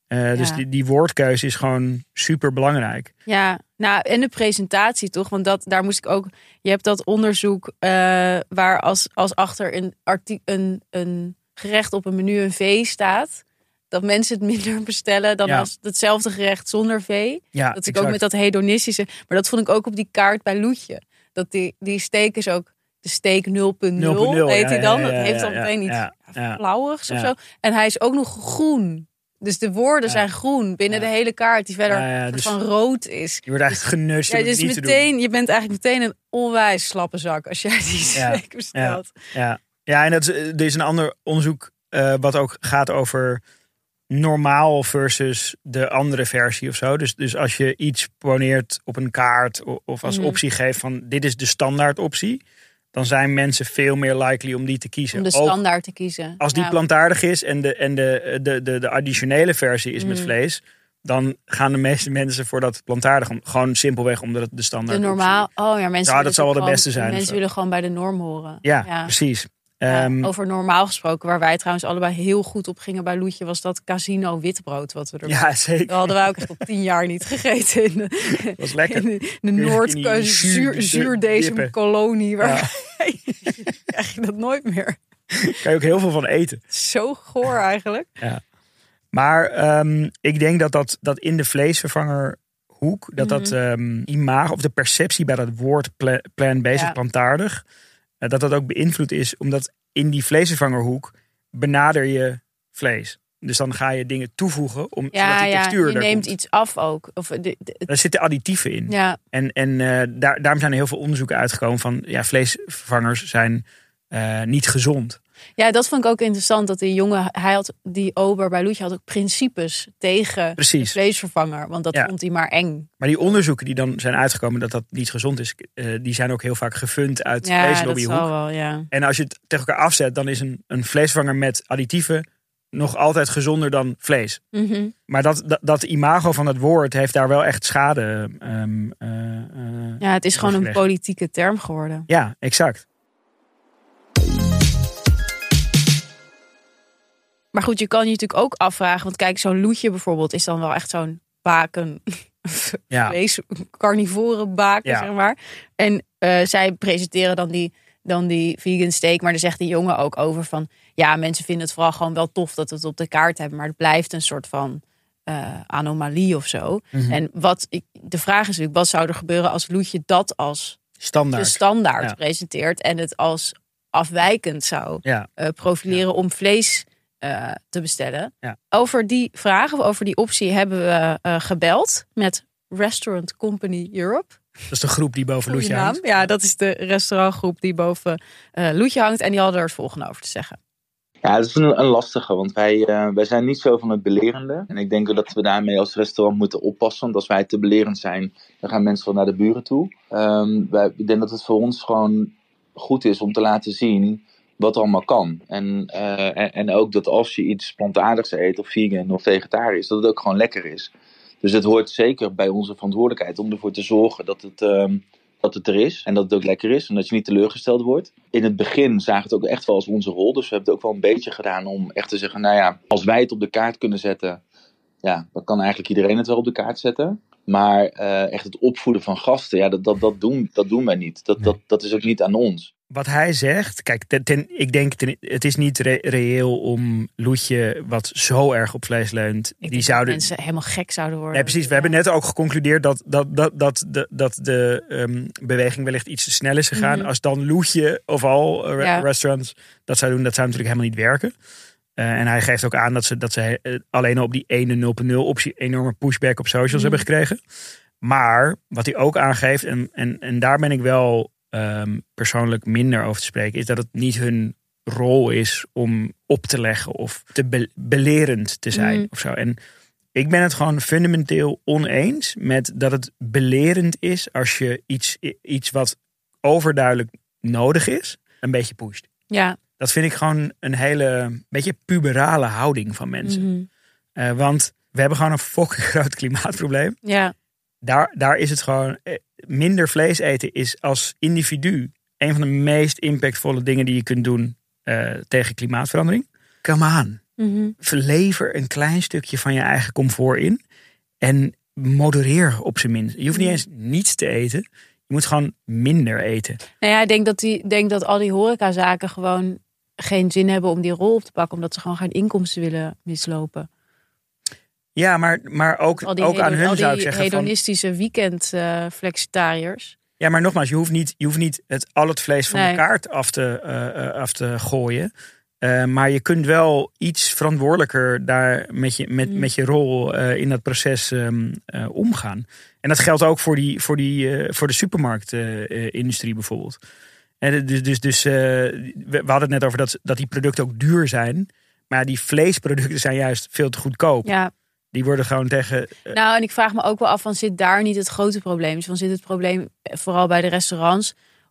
Uh, Ja. Dus die, die woordkeuze is gewoon super belangrijk. Ja, nou en de presentatie toch? Want dat, daar moest ik ook... Je hebt dat onderzoek uh, waar als, als achter een, arti- een, een gerecht op een menu een V staat... dat mensen het minder bestellen dan Ja. als hetzelfde gerecht zonder V. Ja, dat ik exact. ook met dat hedonistische... Maar dat vond ik ook op die kaart bij Loetje. Dat die, die steak is ook de steak nul punt nul, heet ja, hij dan. ja, ja, dat heeft ja, dan ja, meteen iets ja, ja. flauwigs of Ja. zo. En hij is ook nog groen. Dus de woorden Ja. zijn groen binnen Ja. de hele kaart. Die verder Ja, ja, soort dus van rood is. Je wordt eigenlijk genust Ja, om het dus niet te doen. meteen, je bent eigenlijk meteen een onwijs slappe zak als jij die steak bestelt. Ja, ja en dat is, er is een ander onderzoek uh, wat ook gaat over normaal versus de andere versie of zo. Dus, dus als je iets poneert op een kaart of als Mm. optie geeft van dit is de standaard optie, dan zijn mensen veel meer likely om die te kiezen. Om de Ook standaard te kiezen. als die Ja. plantaardig is en de, en de, de, de, de additionele versie is met Mm. vlees, dan gaan de meeste mensen voor dat plantaardig. Om, gewoon simpelweg omdat het de standaard De normaal. optie- Oh ja, mensen. Ja, willen dat zal wel de gewoon- beste zijn of Mensen zo. willen gewoon bij de norm horen. Ja, Ja. precies. Ja, Ehm, over normaal gesproken, waar wij trouwens allebei heel goed op gingen bij Loetje, was dat casino witbrood wat we er. ja, zeker. Dat hadden wij ook echt op tien jaar niet gegeten in de, Was lekker. in de, de in die Noord-zuur zuur- zuurdesem dippen. kolonie. Waar Ja. krijg je dat nooit meer. Kan je ook heel veel van eten. Zo goor eigenlijk. Maar um, ik denk dat, dat dat in de vleesvervangerhoek, dat dat um, imago of de perceptie bij dat woord pla- plant-based Ja. of plantaardig, uh, dat dat ook beïnvloed is, omdat in die vleesvervangerhoek benader je vlees. Dus dan ga je dingen toevoegen om zodat Ja, die ja, textuur je er neemt komt. iets af ook. Of de, de- Daar zitten additieven in. ja, En, en uh, daar, daarom zijn er heel veel onderzoeken uitgekomen van ja, vleesvervangers zijn uh, niet gezond. ja, dat vond ik ook interessant. Dat die jongen, hij had, die ober bij Loetje had ook principes tegen Precies. de vleesvervanger. Want dat Ja. vond hij maar eng. Maar die onderzoeken die dan zijn uitgekomen dat dat niet gezond is, uh, die zijn ook heel vaak gefund uit Ja, dat vleeslobbyhoek. zal wel, ja. En als je het tegen elkaar afzet, dan is een, een vleesvervanger met additieven nog altijd gezonder dan vlees. Mhm. Maar dat, dat, dat imago van het woord heeft daar wel echt schade. Um, uh, uh, Ja, het is gewoon een gelegd. politieke term geworden. Ja, exact. Maar goed, je kan je natuurlijk ook afvragen. Want kijk, zo'n Loetje bijvoorbeeld is dan wel echt zo'n baken. Ja. Vlees, carnivoren baken, Ja. zeg maar. En uh, zij presenteren dan die, dan die vegan steak. Maar daar zegt die jongen ook over van... Ja, mensen vinden het vooral gewoon wel tof dat we het op de kaart hebben. Maar het blijft een soort van uh, anomalie of zo. Mhm. En wat ik, de vraag is natuurlijk, wat zou er gebeuren als Loetje dat als Standaard. de standaard Ja. presenteert. En het als afwijkend zou Ja. uh, profileren om vlees uh, te bestellen. Ja. Over die vraag of over die optie hebben we uh, gebeld met Restaurant Company Europe. Dat is de groep die boven Goeie Loetje naam. hangt. Ja, dat is de restaurantgroep die boven uh, Loetje hangt. En die hadden er het volgende over te zeggen. Ja, dat is een, een lastige, want wij, uh, wij zijn niet zo van het belerende. En ik denk dat we daarmee als restaurant moeten oppassen. Want als wij te belerend zijn, dan gaan mensen wel naar de buren toe. Um, wij, ik denk dat het voor ons gewoon goed is om te laten zien wat er allemaal kan. En, uh, en, en ook dat als je iets plantaardigs eet, of vegan of vegetarisch, dat het ook gewoon lekker is. Dus het hoort zeker bij onze verantwoordelijkheid om ervoor te zorgen dat het... Um, dat het er is en dat het ook lekker is en dat je niet teleurgesteld wordt. In het begin zagen we het ook echt wel als onze rol. Dus we hebben het ook wel een beetje gedaan om echt te zeggen, nou ja, als wij het op de kaart kunnen zetten, ja, dan kan eigenlijk iedereen het wel op de kaart zetten. Maar uh, echt het opvoeden van gasten, ja, dat, dat, dat, doen, dat doen wij niet. Dat, dat, dat is ook niet aan ons. Wat hij zegt, kijk, ten, ten, ik denk ten, het is niet re- reëel om Loetje, wat zo erg op vlees leunt, Ik die denk zouden... dat mensen helemaal gek zouden worden. Nee, precies. We hebben net ook geconcludeerd dat, dat, dat, dat de, dat de um, beweging wellicht iets te snel is gegaan. Mhm. Als dan Loetje of al uh, Ja. restaurants dat zou doen, dat zou natuurlijk helemaal niet werken. Uh, en hij geeft ook aan dat ze, dat ze uh, alleen op die ene nul punt nul optie enorme pushback op socials Mhm. hebben gekregen. Maar wat hij ook aangeeft, en, en, en daar ben ik wel um, persoonlijk minder over te spreken, is dat het niet hun rol is om op te leggen of te be- belerend te zijn Mhm. of zo. En ik ben het gewoon fundamenteel oneens met dat het belerend is als je iets, iets wat overduidelijk nodig is, een beetje pusht. Ja. Dat vind ik gewoon een hele beetje puberale houding van mensen. Mhm. Uh, want we hebben gewoon een fucking groot klimaatprobleem. Ja. Daar, daar is het gewoon, eh, minder vlees eten is als individu een van de meest impactvolle dingen die je kunt doen uh, tegen klimaatverandering. Come on. Mm-hmm. Verlever een klein stukje van je eigen comfort in. En modereer op zijn minst. Je hoeft niet eens niets te eten. Je moet gewoon minder eten. Nou ja, ik denk dat, die, denk dat al die horecazaken gewoon geen zin hebben om die rol op te pakken. Omdat ze gewoon geen inkomsten willen mislopen. Ja, maar, maar ook, ook hedo, aan hun zou ik zeggen. Hedonistische van, weekend uh, flexitariërs. Ja, maar nogmaals, je hoeft niet, je hoeft niet het, al het vlees van nee. de kaart af te, uh, af te gooien. Uh, maar je kunt wel iets verantwoordelijker daar met je, met, mm. met je rol uh, in dat proces um, uh, omgaan. En dat geldt ook voor, die, voor, die, uh, voor de supermarktindustrie uh, bijvoorbeeld. En dus dus, dus uh, we hadden het net over dat, dat die producten ook duur zijn. Maar die vleesproducten zijn juist veel te goedkoop. Ja. Die worden gewoon tegen... Uh... Nou, en ik vraag me ook wel af, van zit daar niet het grote probleem? Van zit het probleem vooral bij de restaurants?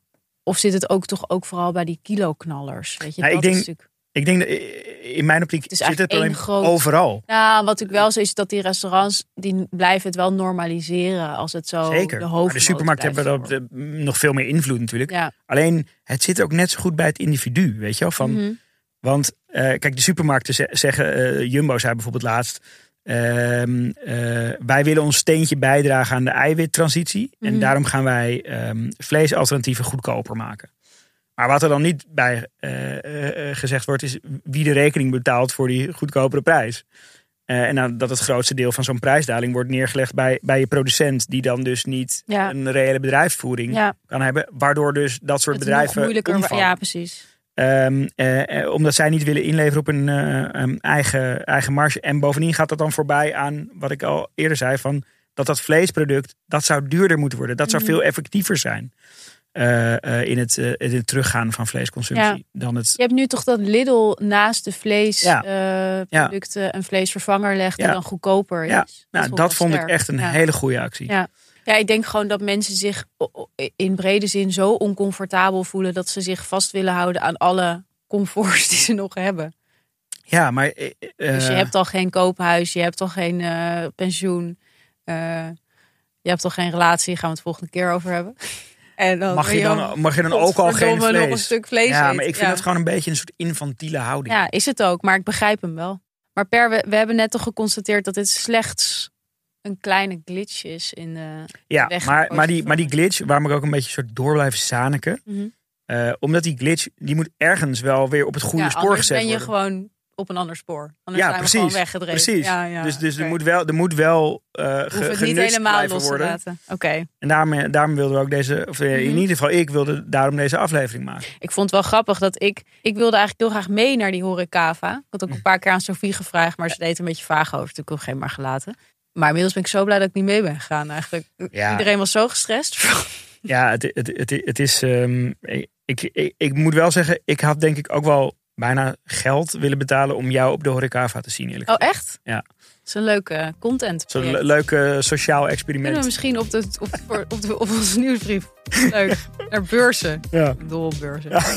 Of zit het ook toch ook vooral bij die kiloknallers? Weet je, nou, dat ik denk, is natuurlijk... Ik denk, in mijn optiek het zit het probleem groot... overal. Nou, wat ik wel zo is dat die restaurants, die blijven het wel normaliseren als het zo Zeker. de hoofdmoot. Maar de supermarkt hebben daarop nog veel meer invloed natuurlijk. Ja. Alleen, het zit ook net zo goed bij het individu, weet je wel? Van, mm-hmm. Want, uh, kijk, de supermarkten z- zeggen, uh, Jumbo zei bijvoorbeeld laatst... Uh, uh, wij willen ons steentje bijdragen aan de eiwittransitie. Mm-hmm. En daarom gaan wij um, vleesalternatieven goedkoper maken. Maar wat er dan niet bij uh, uh, gezegd wordt, is wie de rekening betaalt voor die goedkopere prijs. Uh, en nou, dat het grootste deel van zo'n prijsdaling wordt neergelegd bij, bij je producent, die dan dus niet ja. een reële bedrijfsvoering ja. kan hebben. Waardoor dus dat soort het bedrijven moeilijker omvallen. Ja, precies. Um, uh, omdat zij niet willen inleveren op een uh, um, eigen, eigen marge. En bovendien gaat dat dan voorbij aan wat ik al eerder zei, van dat dat vleesproduct, dat zou duurder moeten worden. Dat zou mm-hmm. veel effectiever zijn. Uh, uh, in, het, uh, in het teruggaan van vleesconsumptie. Ja. Dan het... Je hebt nu toch dat Lidl naast de vleesproducten ja. uh, een vleesvervanger legt ja. die dan goedkoper ja. is. Nou, dat, dat vond sterk. ik echt een ja. hele goede actie. Ja. ja, ik denk gewoon dat mensen zich in brede zin zo oncomfortabel voelen dat ze zich vast willen houden aan alle comforts die ze nog hebben. Ja, maar... Uh, dus je hebt al geen koophuis, je hebt al geen uh, pensioen, uh, je hebt al geen relatie, gaan we het volgende keer over hebben. En dan mag, je dan, mag je dan ook al geen vlees? Nog een stuk vlees ja, eten. maar ik vind ja. dat gewoon een beetje een soort infantiele houding. Ja, is het ook. Maar ik begrijp hem wel. Maar Per, we, we hebben net toch geconstateerd dat dit slechts een kleine glitch is in de ja, weg. Maar, maar, die, maar die glitch, waarom ik ook een beetje soort door blijven zaniken. Mm-hmm. Uh, omdat die glitch, die moet ergens wel weer op het goede ja, spoor gezet worden. ben je gewoon op een ander spoor. Anders ja, zijn precies, we gewoon weggedreven. Precies. Ja, ja, dus dus okay. er moet wel, er moet wel uh, ge, het niet helemaal los te laten. Oké. Okay. En daarom, daarom wilden we ook deze, of mm-hmm. in ieder geval ik wilde daarom deze aflevering maken. Ik vond het wel grappig dat ik, ik wilde eigenlijk heel graag mee naar die horecava. Ik had ook een paar keer aan Sophie gevraagd, maar ze deed een beetje vaag over. Dus ik heb geen maar gelaten. Maar inmiddels ben ik zo blij dat ik niet mee ben gegaan eigenlijk. Ja. Iedereen was zo gestrest. Ja, het, het, het, het is, um, ik, ik, ik moet wel zeggen, ik had denk ik ook wel bijna geld willen betalen om jou op de horecava te zien. Eerlijk oh, echt? Ja. Dat is een leuke content. Zo'n le- leuke sociaal experiment. Kunnen we misschien op, de, op, op, op, de, op onze nieuwsbrief. Leuk. Naar beurzen. Ja. Dol op beurzen. Ja.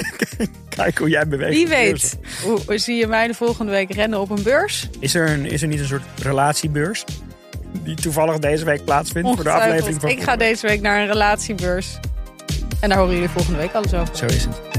Kijk hoe jij beweegt. Wie weet. Hoe, hoe zie je mij de volgende week rennen op een beurs? Is er, een, is er niet een soort relatiebeurs? Die toevallig deze week plaatsvindt voor de aflevering van... Ik ga deze week naar een relatiebeurs. En daar horen jullie volgende week alles over. Zo is het.